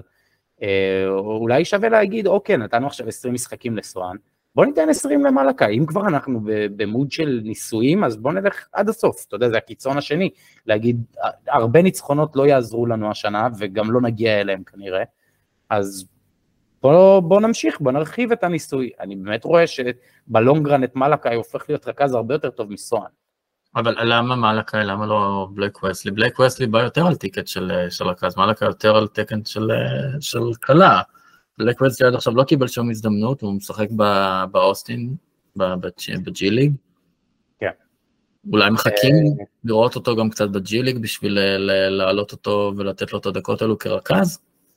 אולי שווה להגיד, אוקיי, נתנו עכשיו עשרים משחקים לסואן, בוא ניתן עשרים למלאקאי, אם כבר אנחנו במוד של ניסויים, אז בוא נלך עד הסוף, אתה יודע, זה הקיצון השני, להגיד, הרבה ניצחונות לא יעזרו לנו השנה, וגם לא נגיע אליהם כנראה, אז בוא, בוא נמשיך, בוא נרחיב את הניסוי, אני באמת רואה שבלונגרן את מלאקאי הופך להיות רכז הרבה יותר טוב מסואן. אבל למה מלאקה, למה לא בלייק וסלי? בלייק וסלי בא יותר על טיקט של, של רכז, מלאקה יותר על תקן של, של קלה. בלייק וסלי עד עכשיו לא קיבל שום הזדמנות, הוא משחק באוסטין, בג'י ליג. כן. אולי מחכים לראות אותו גם קצת בג'י ליג, בשביל להעלות אותו ולתת לו את הדקות האלו כרכז?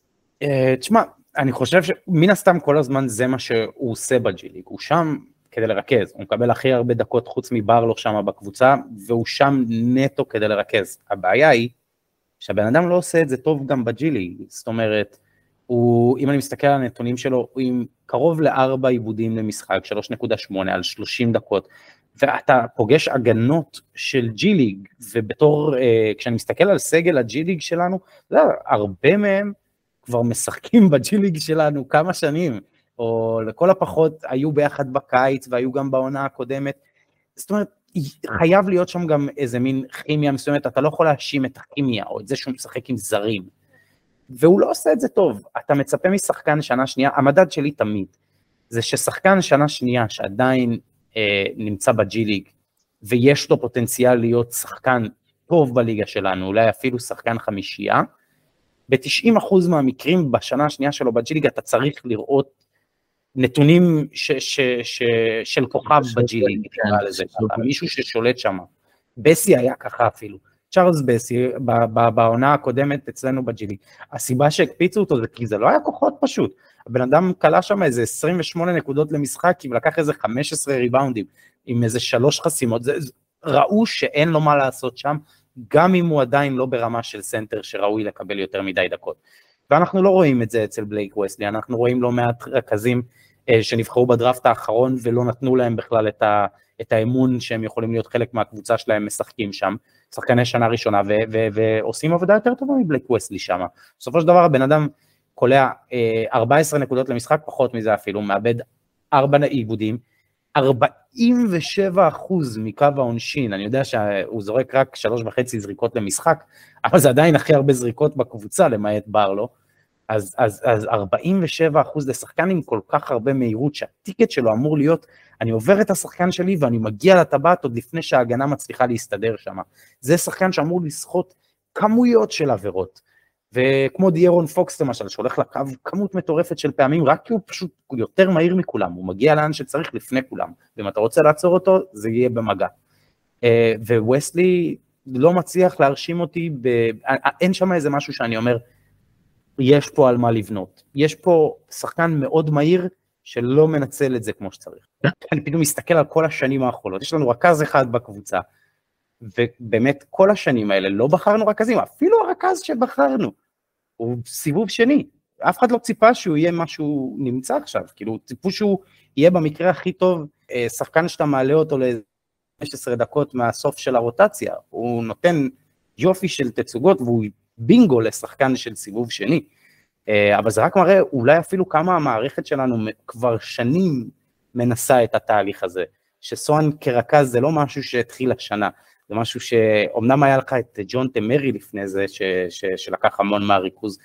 תשמע, אני חושב שמן הסתם כל הזמן זה מה שהוא עושה בג'י ליג, הוא שם כדי לרכז, הוא מקבל הכי הרבה דקות חוץ מברלו שם בקבוצה, והוא שם נטו כדי לרכז. הבעיה היא שהבן אדם לא עושה את זה טוב גם בג'י ליג, זאת אומרת, הוא, אם אני מסתכל על הנתונים שלו, הוא עם קרוב לארבע עיבודים למשחק, שלוש נקודה שמונה על שלושים דקות, ואתה פוגש הגנות של ג'י ליג, ובתור, אה, כשאני מסתכל על סגל הג'י ליג שלנו, זה, הרבה מהם כבר משחקים בג'י ליג שלנו כמה שנים, או לכל הפחות היו ביחד בקיץ, והיו גם בעונה הקודמת, זאת אומרת, חייב להיות שם גם איזה מין כימיה מסוימת, אתה לא יכול להאשים את הכימיה, או את זה שהוא משחק עם זרים, והוא לא עושה את זה טוב, אתה מצפה משחקן שנה שנייה, המדד שלי תמיד, זה ששחקן שנה שנייה, שעדיין אה, נמצא בג'י ליג, ויש לו פוטנציאל להיות שחקן טוב בליגה שלנו, אולי אפילו שחקן חמישייה, ב-תשעים אחוז מהמקרים בשנה השנייה שלו בג'י ליג, אתה צריך לראות נתונים ש- ש- ש- של כוכב בג'י ליג, מישהו ששולט שם. בסי היה ככה אפילו, צ'ארלס בסי, בעונה הקודמת אצלנו בג'י ליג, הסיבה שהקפיצו אותו זה כי זה לא היה כוחות פשוט, הבן אדם קלה שם איזה עשרים ושמונה נקודות למשחק, ולקח איזה חמש עשרה ריבאונדים, עם איזה שלוש חסימות, זה, ראו שאין לו מה לעשות שם, גם אם הוא עדיין לא ברמה של סנטר שראוי לקבל יותר מדי דקות. ואנחנו לא רואים את זה אצל בלייק וסלי, אנחנו רואים לא מעט רכזים אה, שנבחרו בדראפט האחרון, ולא נתנו להם בכלל את, ה, את האמון שהם יכולים להיות חלק מהקבוצה שלהם, משחקים שם, שחקני שנה ראשונה, ו, ו, ועושים עבודה יותר טובה מבלייק וסלי שם. בסופו של דבר הבן אדם קולע אה, ארבע עשרה נקודות למשחק, פחות מזה אפילו, מאבד ארבע עיבודים, ארבעים ושבע אחוז מקו העונשין, אני יודע שהוא זורק רק שלוש וחצי זריקות למשחק, אבל זה עדיין הכי הרבה זריקות בקבוצה, למעט ברלו, אז, אז, אז ארבעים ושבע אחוז לשחקן עם כל כך הרבה מהירות, שהטיקט שלו אמור להיות, אני עובר את השחקן שלי, ואני מגיע לטבעת עוד לפני שההגנה מצליחה להסתדר שם, זה שחקן שאמור לשחות כמויות של עבירות, וכמו דיירון פוקס למשל, שהולך לקו כמות מטורפת של פעמים, רק כי הוא פשוט יותר מהיר מכולם, הוא מגיע לאן שצריך לפני כולם, ואם אתה רוצה לעצור אותו, זה יהיה במגע. וווסלי לא מצליח להרשים אותי, ב... אין שם איזה משהו שאני אומר, יש פה על מה לבנות, יש פה שחקן מאוד מהיר, שלא מנצל את זה כמו שצריך. אני פתאום מסתכל על כל השנים האחרונות, יש לנו רכז אחד בקבוצה, ובאמת כל השנים האלה לא בחרנו רכזים, אפילו הרכז שבחרנו, הוא סיבוב שני, אף אחד לא ציפה שהוא יהיה משהו נמצא עכשיו, כאילו ציפו שהוא יהיה במקרה הכי טוב, שחקן שאתה מעלה אותו ל-חמש עשרה דקות מהסוף של הרוטציה, הוא נותן יופי של תצוגות, והוא בינגו לשחקן של סיבוב שני, אבל זה רק מראה אולי אפילו כמה המערכת שלנו כבר שנים מנסה את התהליך הזה, שסואן כרכז זה לא משהו שהתחיל השנה, זה משהו שאומנם היה לך את ג'ון טמרי לפני זה, ש, ש, שלקח המון מהריכוז,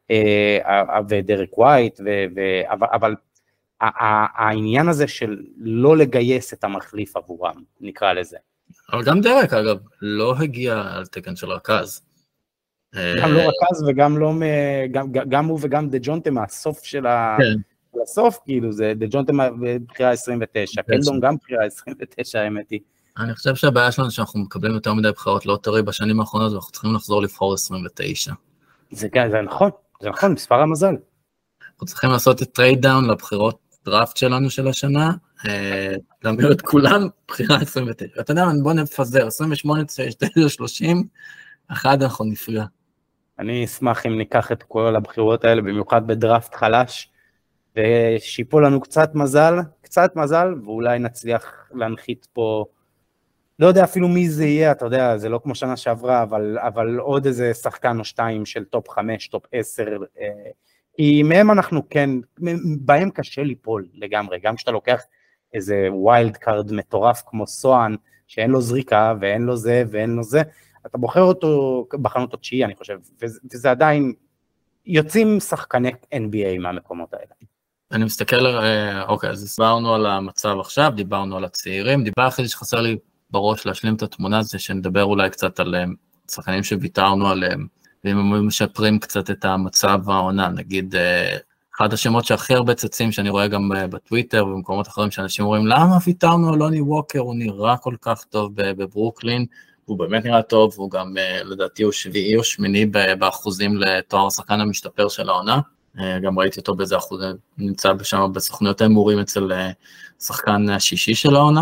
ודרק ווייט, ו, ו, אבל, אבל העניין הזה של לא לגייס את המחליף עבורם, נקרא לזה. אבל גם דרק, אגב, לא הגיע על תקן של רכז. גם לא רכז וגם לא, גם, גם הוא וגם דה ג'ונטה מהסוף של ה... כן. לסוף, כאילו, זה דה ג'ונטה בבחירה עשרים ותשע, קלדון גם בחירה עשרים ותשע, האמת היא. אני חושב שהבעיה שלנו שאנחנו מקבלים יותר מדי בחירות לא תראי בשנים האחרונות, ואנחנו צריכים לחזור לבחור עשרים ותשע. זה, זה נכון, זה נכון, מספר המזל. אנחנו צריכים לעשות את טרייד דאון לבחירות דראפט שלנו של השנה, להמיר את כולם בחירה עשרים ותשע. אתה יודע, בוא נפזר, עשרים ושמונה, תשע, שלושים, אחד אנחנו נפגע. אני אשמח אם ניקח את כל הבחירות האלה, במיוחד בדראפט חלש, ושיפו לנו קצת מזל, קצת מזל, ואולי נצליח להנחית פה, לא יודע אפילו מי זה יהיה, אתה יודע, זה לא כמו שנה שעברה, אבל, אבל עוד איזה שחקן או שתיים של טופ חמש, טופ עשר, כי מהם אנחנו כן, בהם קשה ליפול לגמרי, גם כשאתה לוקח איזה ווילד קארד מטורף כמו סואן, שאין לו זריקה ואין לו זה ואין לו זה, אתה בוחר אותו, בחרנו אותו תשיעי אני חושב, וזה, וזה עדיין, יוצאים שחקני אן בי איי מהמקומות האלה. אני מסתכל, אוקיי, אז דיברנו על המצב עכשיו, דיברנו על הצעירים, דיבר אחרי שחסר לי בראש להשלים את התמונה, זה שנדבר אולי קצת על שחקנים שוויתרנו עליהם, ואם הם משפרים קצת את המצב העונה, נגיד, אחד השמות שהכי הרבה צצים, שאני רואה גם בטוויטר ובמקומות אחרים, שאנשים אומרים, למה ויתרנו על לוני ווקר, הוא נראה כל כך טוב בברוקלין, הוא באמת נראה טוב, הוא גם, לדעתי, הוא שביעי או שמיני באחוזים לתואר השחקן המשתפר של העונה, גם ראיתי אותו באיזה אחוז, נמצא שם בסוכנויות האמורים אצל שחקן השישי של העונה.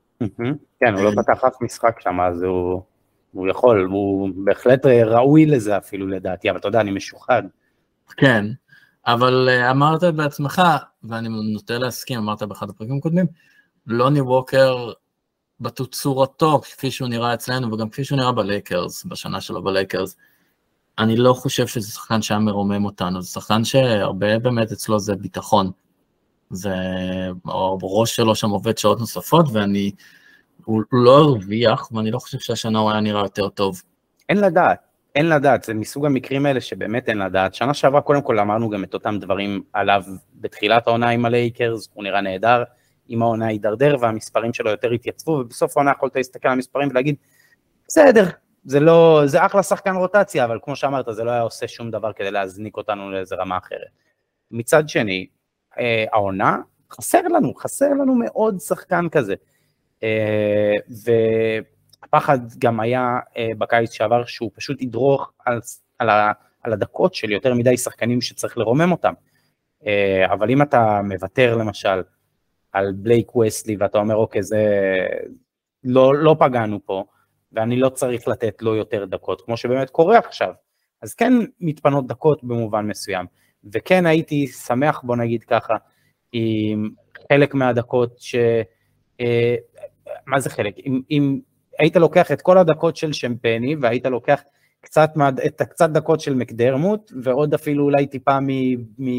כן, הוא לא פתח אף משחק שם, אז הוא, הוא יכול, הוא בהחלט ראוי לזה אפילו לדעתי, אבל אתה יודע, אני משוחד. כן, אבל אמרת בעצמך, ואני נוטה להסכים, אמרת באחד הפרקים הקודמים, לוני ווקר בתצורתו, כפי שהוא נראה אצלנו, וגם כפי שהוא נראה בלייקרס, בשנה שלו בלייקרס, אני לא חושב שזה שחקן שהיה מרומם אותנו, זה שחקן שהרבה באמת אצלו זה ביטחון, זה, הראש שלו שם עובד שעות נוספות, ואני, הוא לא הרוויח, ואני לא חושב שהשנה הוא היה נראה יותר טוב. אין לדעת, אין לדעת, זה מסוג המקרים האלה שבאמת אין לדעת. שנה שעברה קודם כל אמרנו גם את אותם דברים עליו בתחילת העונה עם הלייקרס, הוא נראה נהדר, עם העונה הידרדר, והמספרים שלו יותר התייצבו, ובסוף העונה יכולת להסתכל על המספרים ולהגיד, בסדר, זה לא, זה אחלה שחקן רוטציה, אבל כמו שאמרת, זה לא היה עושה שום דבר כדי להזניק אותנו לאיזה רמה אחרת. מצד שני, אה, העונה, חסר לנו, חסר לנו מאוד שחקן כזה. אה, והפחד גם היה אה, בקיץ שעבר, שהוא פשוט ידרוך על, על, ה, על הדקות של יותר מדי שחקנים שצריך לרומם אותם. אה, אבל אם אתה מוותר למשל, על בלייק וסלי, ואתה אומר, אוקיי, זה לא, לא פגענו פה, ואני לא צריך לתת לו יותר דקות, כמו שבאמת קורה עכשיו. אז כן מתפנות דקות במובן מסוים, וכן הייתי שמח, בוא נגיד ככה, עם חלק מהדקות ש... אה, מה זה חלק? אם, אם היית לוקח את כל הדקות של שמפני, והיית לוקח קצת, את הקצת דקות של מקדרמוט, ועוד אפילו אולי טיפה מ... מ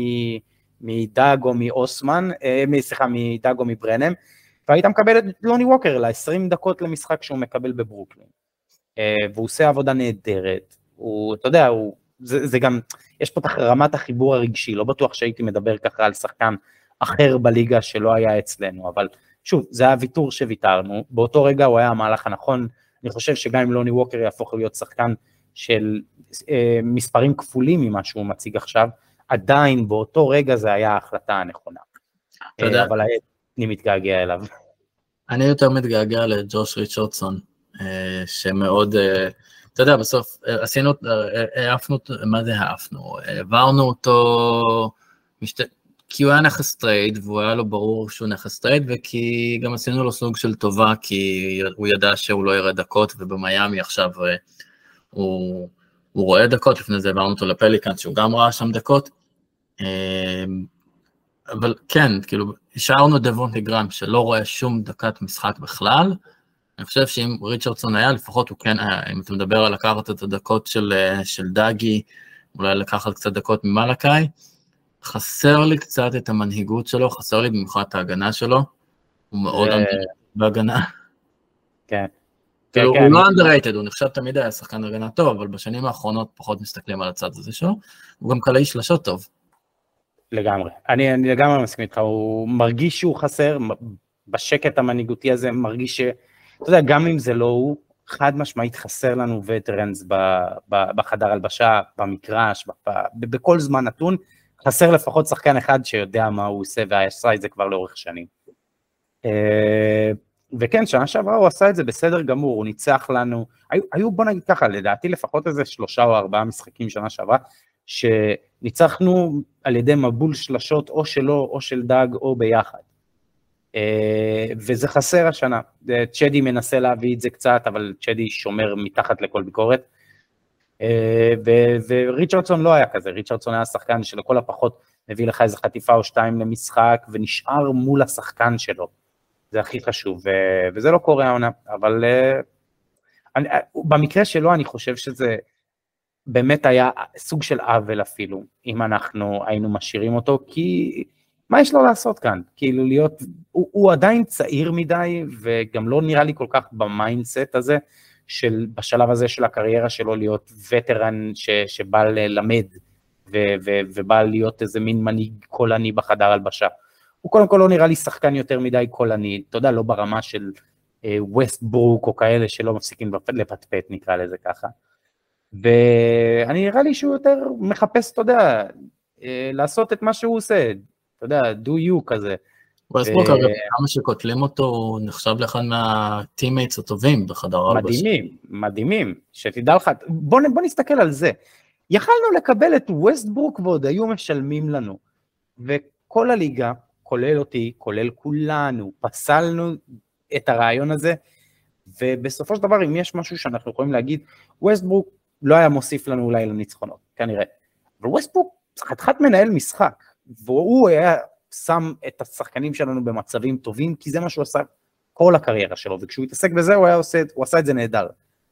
מדאג או מאוסמן, סליחה, מדאג או מברנם, והיית מקבל את לוני ווקר ל-עשרים דקות למשחק שהוא מקבל בברוקלין, והוא עושה עבודה נהדרת, הוא, אתה יודע, הוא, זה, זה גם, יש פה את רמת החיבור הרגשי, לא בטוח שהייתי מדבר ככה על שחקן אחר בליגה שלא היה אצלנו, אבל שוב, זה היה ויתור שוויתרנו, באותו רגע הוא היה המהלך הנכון, אני חושב שגם אם לוני ווקר יהפוך להיות שחקן של אה, מספרים כפולים ממה שהוא מציג עכשיו, עדיין באותו רגע זה היה ההחלטה הנכונה. אבל אני מתגעגע אליו. אני יותר מתגעגע לג'וש ריצ'רדסון, שמאוד, אתה יודע, בסוף עשינו, העפנו, מה זה העפנו? העברנו אותו, כי הוא היה נכס טרייד, והוא היה לו ברור שהוא נכס טרייד, וכי גם עשינו לו סוג של טובה, כי הוא ידע שהוא לא ירד דקות, ובמיימי עכשיו הוא... הוא רואה דקות, לפני זה העברנו אותו לפליקאנס, שהוא גם ראה שם דקות, אבל כן, כאילו, השארנו דוונטי גרם, שלא רואה שום דקת משחק בכלל, אני חושב שאם ריצ'רדסון היה, לפחות הוא כן היה, אם אתה מדבר על לקחת את הדקות של, של דאגי, אולי לקחת קצת דקות ממלאקאי, חסר לי קצת את המנהיגות שלו, חסר לי במיוחד את ההגנה שלו, הוא מאוד בהגנה. כן. הוא לא underrated, הוא נחשב תמיד היה שחקן הגנה טוב, אבל בשנים האחרונות פחות מסתכלים על הצד הזה שלו, הוא גם קלעי שלשות טוב. לגמרי, אני, אני לגמרי מסכים איתך, הוא מרגיש שהוא חסר, בשקט המנהיגותי הזה מרגיש ש, אתה יודע, גם אם זה לא הוא, חד משמעית חסר לנו וטרנס בחדר הלבשה, במקרש, בכל זמן נתון, חסר לפחות שחקן אחד שיודע מה הוא עושה, ועשה את זה כבר לאורך שנים. וכן, שנה שעברה הוא עשה את זה בסדר גמור, הוא ניצח לנו, היו, היו בוא נגיד ככה, לדעתי לפחות איזה שלושה או ארבעה משחקים שנה שעברה, שניצחנו על ידי מבול שלשות או שלו או של דאג או ביחד. וזה חסר השנה, צ'די מנסה להביא את זה קצת, אבל צ'די שומר מתחת לכל ביקורת, וריצ'רדסון לא היה כזה, ריצ'רדסון היה שחקן שלכל הפחות מביא לך איזה חטיפה או שתיים למשחק, ונשאר מול השחקן שלו, זה הכי חשוב, וזה לא קורה העונה, אבל אני, במקרה שלו אני חושב שזה באמת היה סוג של עוול אפילו, אם אנחנו היינו משאירים אותו, כי מה יש לו לעשות כאן? כאילו להיות, הוא, הוא עדיין צעיר מדי, וגם לא נראה לי כל כך במיינדסט הזה, של בשלב הזה של הקריירה שלו להיות וטרן ש, שבא ללמד, ו, ו, ובא להיות איזה מין מנהיג קולני בחדר הלבשה. הוא קודם כל לא נראה לי שחקן יותר מדי קולני, אתה יודע, לא ברמה של ווסטברוק או כאלה שלא מפסיקים לפטפט, נקרא לזה ככה. ואני נראה לי שהוא יותר מחפש, אתה יודע, לעשות את מה שהוא עושה, אתה יודע, do you כזה. ווסטברוק, אגב, כמה שקוטלים אותו, הוא נחשב לאחד מהטימייטס הטובים בחדר הלבשה. מדהימים, מדהימים, שתדע לך, בוא נסתכל על זה. יכלנו לקבל את ווסטברוק ועוד היו משלמים לנו, וכל הליגה, כולל אותי, כולל כולנו, פסלנו את הרעיון הזה, ובסופו של דבר, אם יש משהו שאנחנו יכולים להגיד, ווסטברוק לא היה מוסיף לנו אולי לניצחונות, כנראה. אבל ווסטברוק, חתיכת מנהל משחק, והוא היה שם את השחקנים שלנו במצבים טובים, כי זה מה שהוא עשה כל הקריירה שלו, וכשהוא התעסק בזה, הוא, היה עושה, הוא עשה את זה נהדר.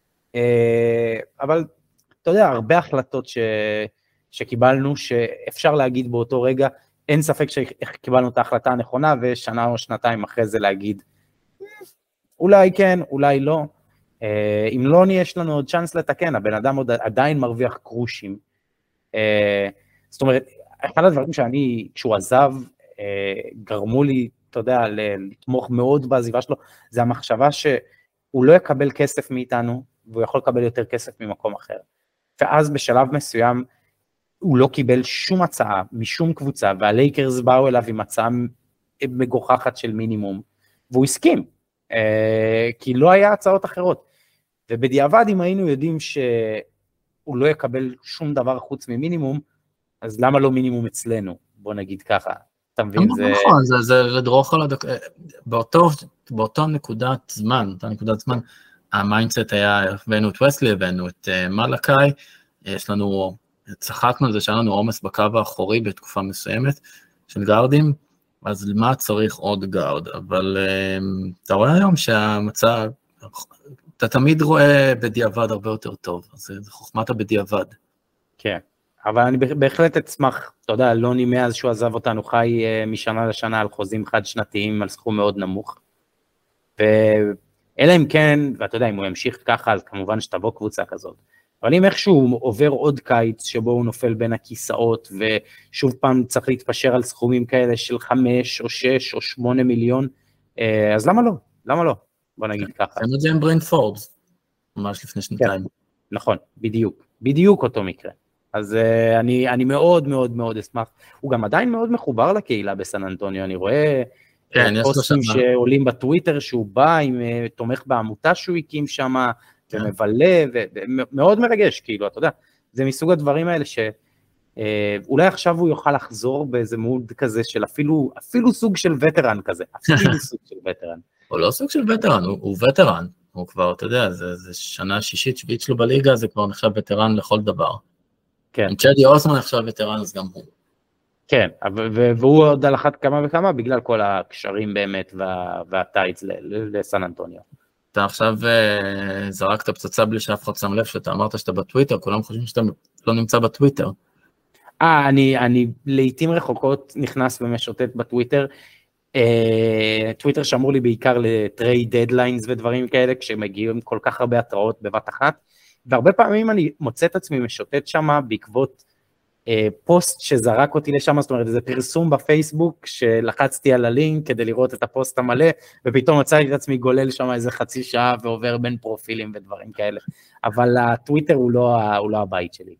אבל, אתה יודע, הרבה החלטות ש, שקיבלנו, שאפשר להגיד באותו רגע, אין ספק שקיבלנו את ההחלטה הנכונה, ושנה או שנתיים אחרי זה להגיד, אולי כן, אולי לא. אם לא יש לנו עוד צ'אנס לתקן, הבן אדם עוד עדיין מרוויח קרושים. זאת אומרת, אחד הדברים שאני, כשהוא עזב, גרמו לי, אתה יודע, לתמוך מאוד בעזיבה שלו, זה המחשבה שהוא לא יקבל כסף מאיתנו, והוא יכול לקבל יותר כסף ממקום אחר. ואז בשלב מסוים, הוא לא קיבל שום הצעה, משום קבוצה, והלייקרס באו אליו עם הצעה מגוחכת של מינימום, והוא הסכים, כי לא היה הצעות אחרות. ובדיעבד, אם היינו יודעים שהוא לא יקבל שום דבר חוץ ממינימום, אז למה לא מינימום אצלנו? בוא נגיד ככה, אתה מבין? זה... נכון, זה, זה לדרוך על הדק... באותו, באותו נקודת זמן, באותה נקודת זמן, המיינדסט היה, הבאנו את וסלי, הבאנו את uh, מלאקאי, יש לנו, צחקנו על זה שהיה לנו עומס בקו האחורי בתקופה מסוימת של גארדים, אז למה צריך עוד גארד? אבל uh, אתה רואה היום שהמצב, אתה תמיד רואה בדיעבד הרבה יותר טוב, אז זה חוכמת הבדיעבד. כן. אבל אני בהחלט אצמח, אתה יודע, לוני מאז שהוא עזב אותנו חי משנה לשנה על חוזים חד שנתיים, על סכום מאוד נמוך, ואלה אם כן, ואתה יודע, אם הוא ימשיך ככה, אז כמובן שתבוא קבוצה כזאת, אבל אם איכשהו עובר עוד קיץ, שבו הוא נופל בין הכיסאות, ושוב פעם צריך להתפשר על סכומים כאלה של חמש, או שש, או שמונה מיליון, אז למה לא? למה לא? בוא נגיד ככה. זה זה עם ברנט פורבס, ממש לפני שנתיים. נכון, בדיוק, בדיוק אותו מקרה. אז uh, אני, אני מאוד מאוד מאוד אשמח, הוא גם עדיין מאוד מחובר לקהילה בסן אנטוניו, אני רואה כן, פוסטים שעולים בטוויטר, שהוא בא עם, uh, תומך בעמותה שהוא הקים שם, כן. ומבלה, ומאוד מרגש, כאילו, אתה יודע, זה מסוג הדברים האלה, שאולי uh, עכשיו הוא יוכל לחזור באיזה מוד כזה, של אפילו, אפילו סוג של וטרן כזה, אפילו סוג של וטרן. הוא לא סוג של וטרן, הוא, הוא וטרן, הוא כבר, אתה יודע, זה, זה שנה שישית, שביעית שלו בליגה, זה כבר נחשב וטרן לכל דבר. כן. צ'אדי אוסמן עכשיו וטרן, אז גם הוא. כן, והוא עוד על אחת כמה וכמה, בגלל כל הקשרים באמת, והטייץ לסן אנטוניו. אתה עכשיו זרקת פצצה בלי שאף אחד שם לב, שאתה אמרת שאתה בטוויטר, כולם חושבים שאתה לא נמצא בטוויטר. אה, אני, אני לעתים רחוקות נכנס ומשוטט בטוויטר, טוויטר שאמור לי בעיקר לטריי דדליינס ודברים כאלה, כשמגיעים כל כך הרבה התראות בבת אחת, והרבה פעמים אני מוצא את עצמי משוטט שם בעקבות אה, פוסט שזרק אותי לשם, זאת אומרת, זה פרסום בפייסבוק, שלחצתי על הלינק כדי לראות את הפוסט המלא, ופתאום מצאתי את עצמי גולל שם איזה חצי שעה, ועובר בין פרופילים ודברים כאלה, אבל הטוויטר הוא לא, הוא לא הבית שלי.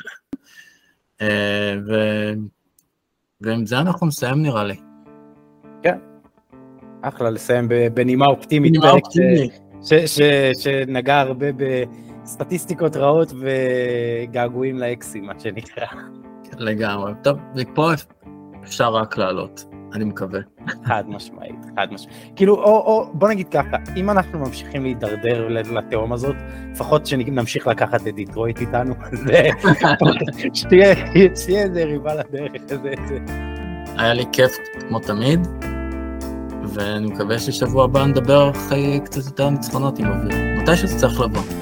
ו... ועם זה אנחנו נסיים נראה לי. כן, אחלה לסיים בנימה אופטימית, בנימה אופטימית. ש, ש, ש, שנגע הרבה בסטטיסטיקות רעות וגעגועים לאקסים, מה שנקרא. לגמרי. טוב, מפה אפשר רק לעלות, אני מקווה. חד משמעית, חד משמעית. כאילו, או, או, בוא נגיד ככה, אם אנחנו ממשיכים להידרדר לתהום הזאת, לפחות שנמשיך לקחת את דיטרויט איתנו, שתהיה איזה ריבה לדרך, איזה איזה. היה לי כיף כמו תמיד, ואני מקווה ששבוע הבא נדבר אחרי קצת יותר ניצחונות עם אוויר. מתי שזה צריך לבוא.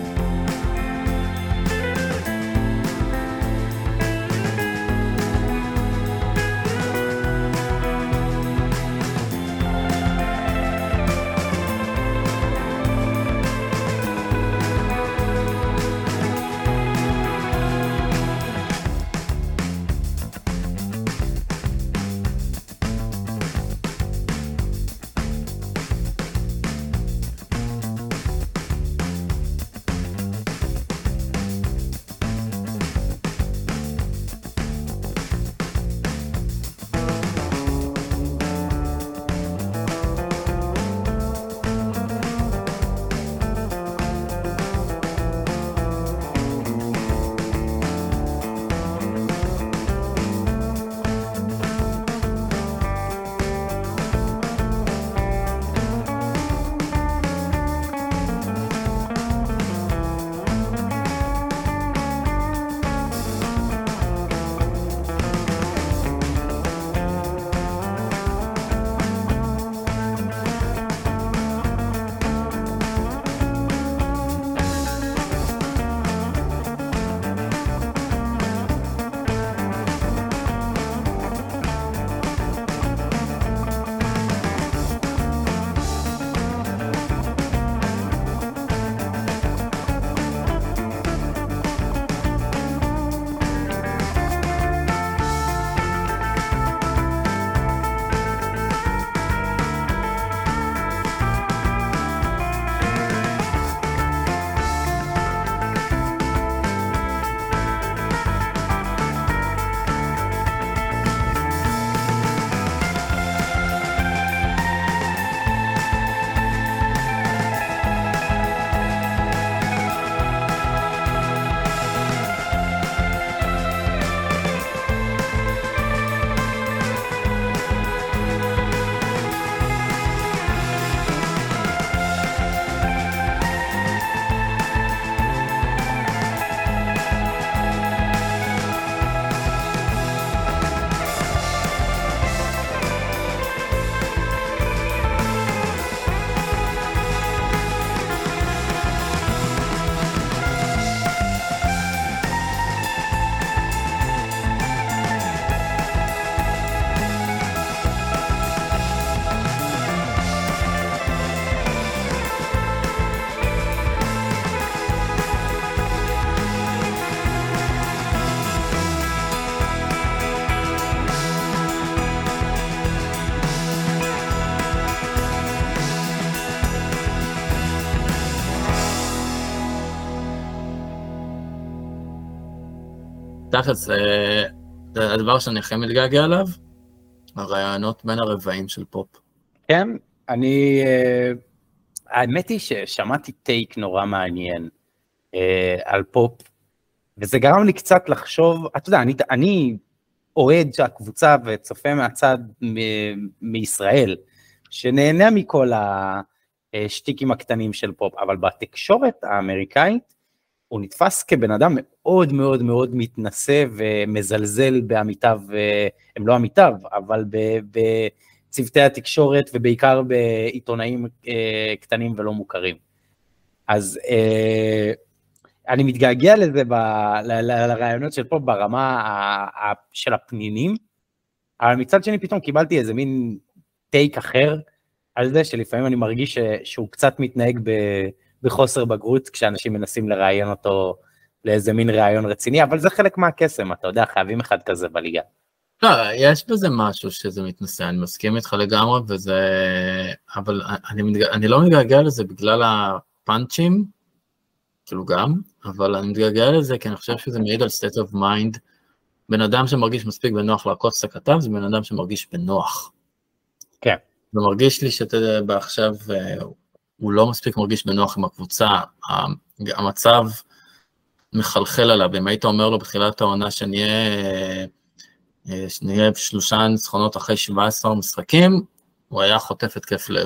תכף, זה הדבר שאני הכי מתגעגע עליו, הרעיונות בין הרבעים של פופ. כן, אני, האמת היא ששמעתי טייק נורא מעניין על פופ, וזה גרם לי קצת לחשוב, אתה יודע, אני, אני אוהד שהקבוצה וצופה מהצד מ- מישראל, שנהנה מכל השטיקים הקטנים של פופ, אבל בתקשורת האמריקאית, הוא נתפס כבן אדם מאוד מאוד מאוד מתנשא ומזלזל בעמיתיו, הם לא עמיתיו, אבל בצוותי התקשורת ובעיקר בעיתונאים קטנים ולא מוכרים. אז אני מתגעגע לזה, לרעיונות של פה ברמה של הפנינים, אבל מצד שני פתאום קיבלתי איזה מין טייק אחר על זה, שלפעמים אני מרגיש שהוא קצת מתנהג בחוסר בגרות, כשאנשים מנסים לראיין אותו לאיזה מין רעיון רציני, אבל זה חלק מהקסם, אתה יודע, חייבים אחד כזה בליגה. לא, יש בזה משהו שזה מתנסה, אני מסכים איתך לגמרי, וזה, אבל אני, מתג... אני לא מתגעגע לזה בגלל הפאנצ'ים, כאילו גם, אבל אני מתגעגע לזה, כי אני חושב שזה מעיד על state of mind, בן אדם שמרגיש מספיק בנוח לעקוץ את הכתב, זה בן אדם שמרגיש בנוח. כן. ומרגיש לי שאתה יודע, בעכשיו, הוא לא מספיק מרגיש בנוח עם הקבוצה, המצב מחלחל עליו, אם היית אומר לו בתחילת העונה שנהיה, שנהיה שלושה ניצחונות אחרי שבעה עשר משחקים, הוא היה חוטף התקף לב.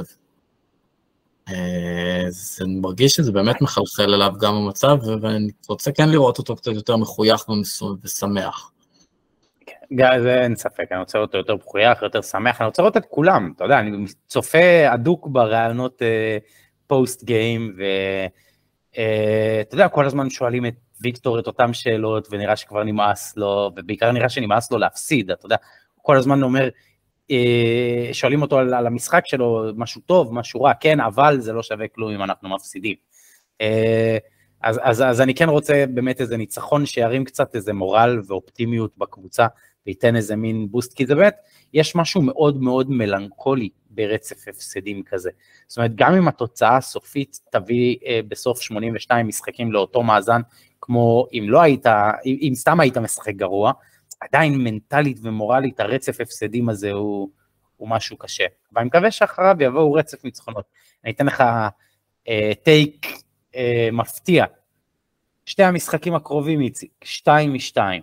זה מרגיש שזה באמת מחלחל עליו גם המצב, ואני רוצה כן לראות אותו קצת יותר מחוייך ושמח. זה אין ספק, אני רוצה אותו יותר מחוייך, יותר שמח, אני רוצה לראות את כולם, אתה יודע, אני צופה עדוק ברעיונות פוסט גיים, ואתה יודע, כל הזמן שואלים את ויקטור את אותם שאלות, ונראה שכבר נמאס לו, ובעיקר נראה שנמאס לו להפסיד, אתה יודע, כל הזמן אומר, שואלים אותו על, על המשחק שלו, משהו טוב, משהו רע, כן, אבל זה לא שווה כלום אם אנחנו מפסידים. אז, אז, אז אני כן רוצה באמת איזה ניצחון שירים קצת איזה מורל ואופטימיות בקבוצה, וייתן איזה מין בוסט, כי זה באמת, יש משהו מאוד מאוד מלנכולי ברצף הפסדים כזה. זאת אומרת, גם אם התוצאה הסופית תביא בסוף שמונים ושתיים משחקים לאותו מאזן, כמו אם לא היית, אם, אם סתם היית משחק גרוע, עדיין מנטלית ומורלית, הרצף הפסדים הזה הוא, הוא משהו קשה. ואני מקווה שאחריו יבואו רצף ניצחונות. אני אתן לך אה, טייק אה, מפתיע. שתי המשחקים הקרובים, איציק, שתיים משתיים.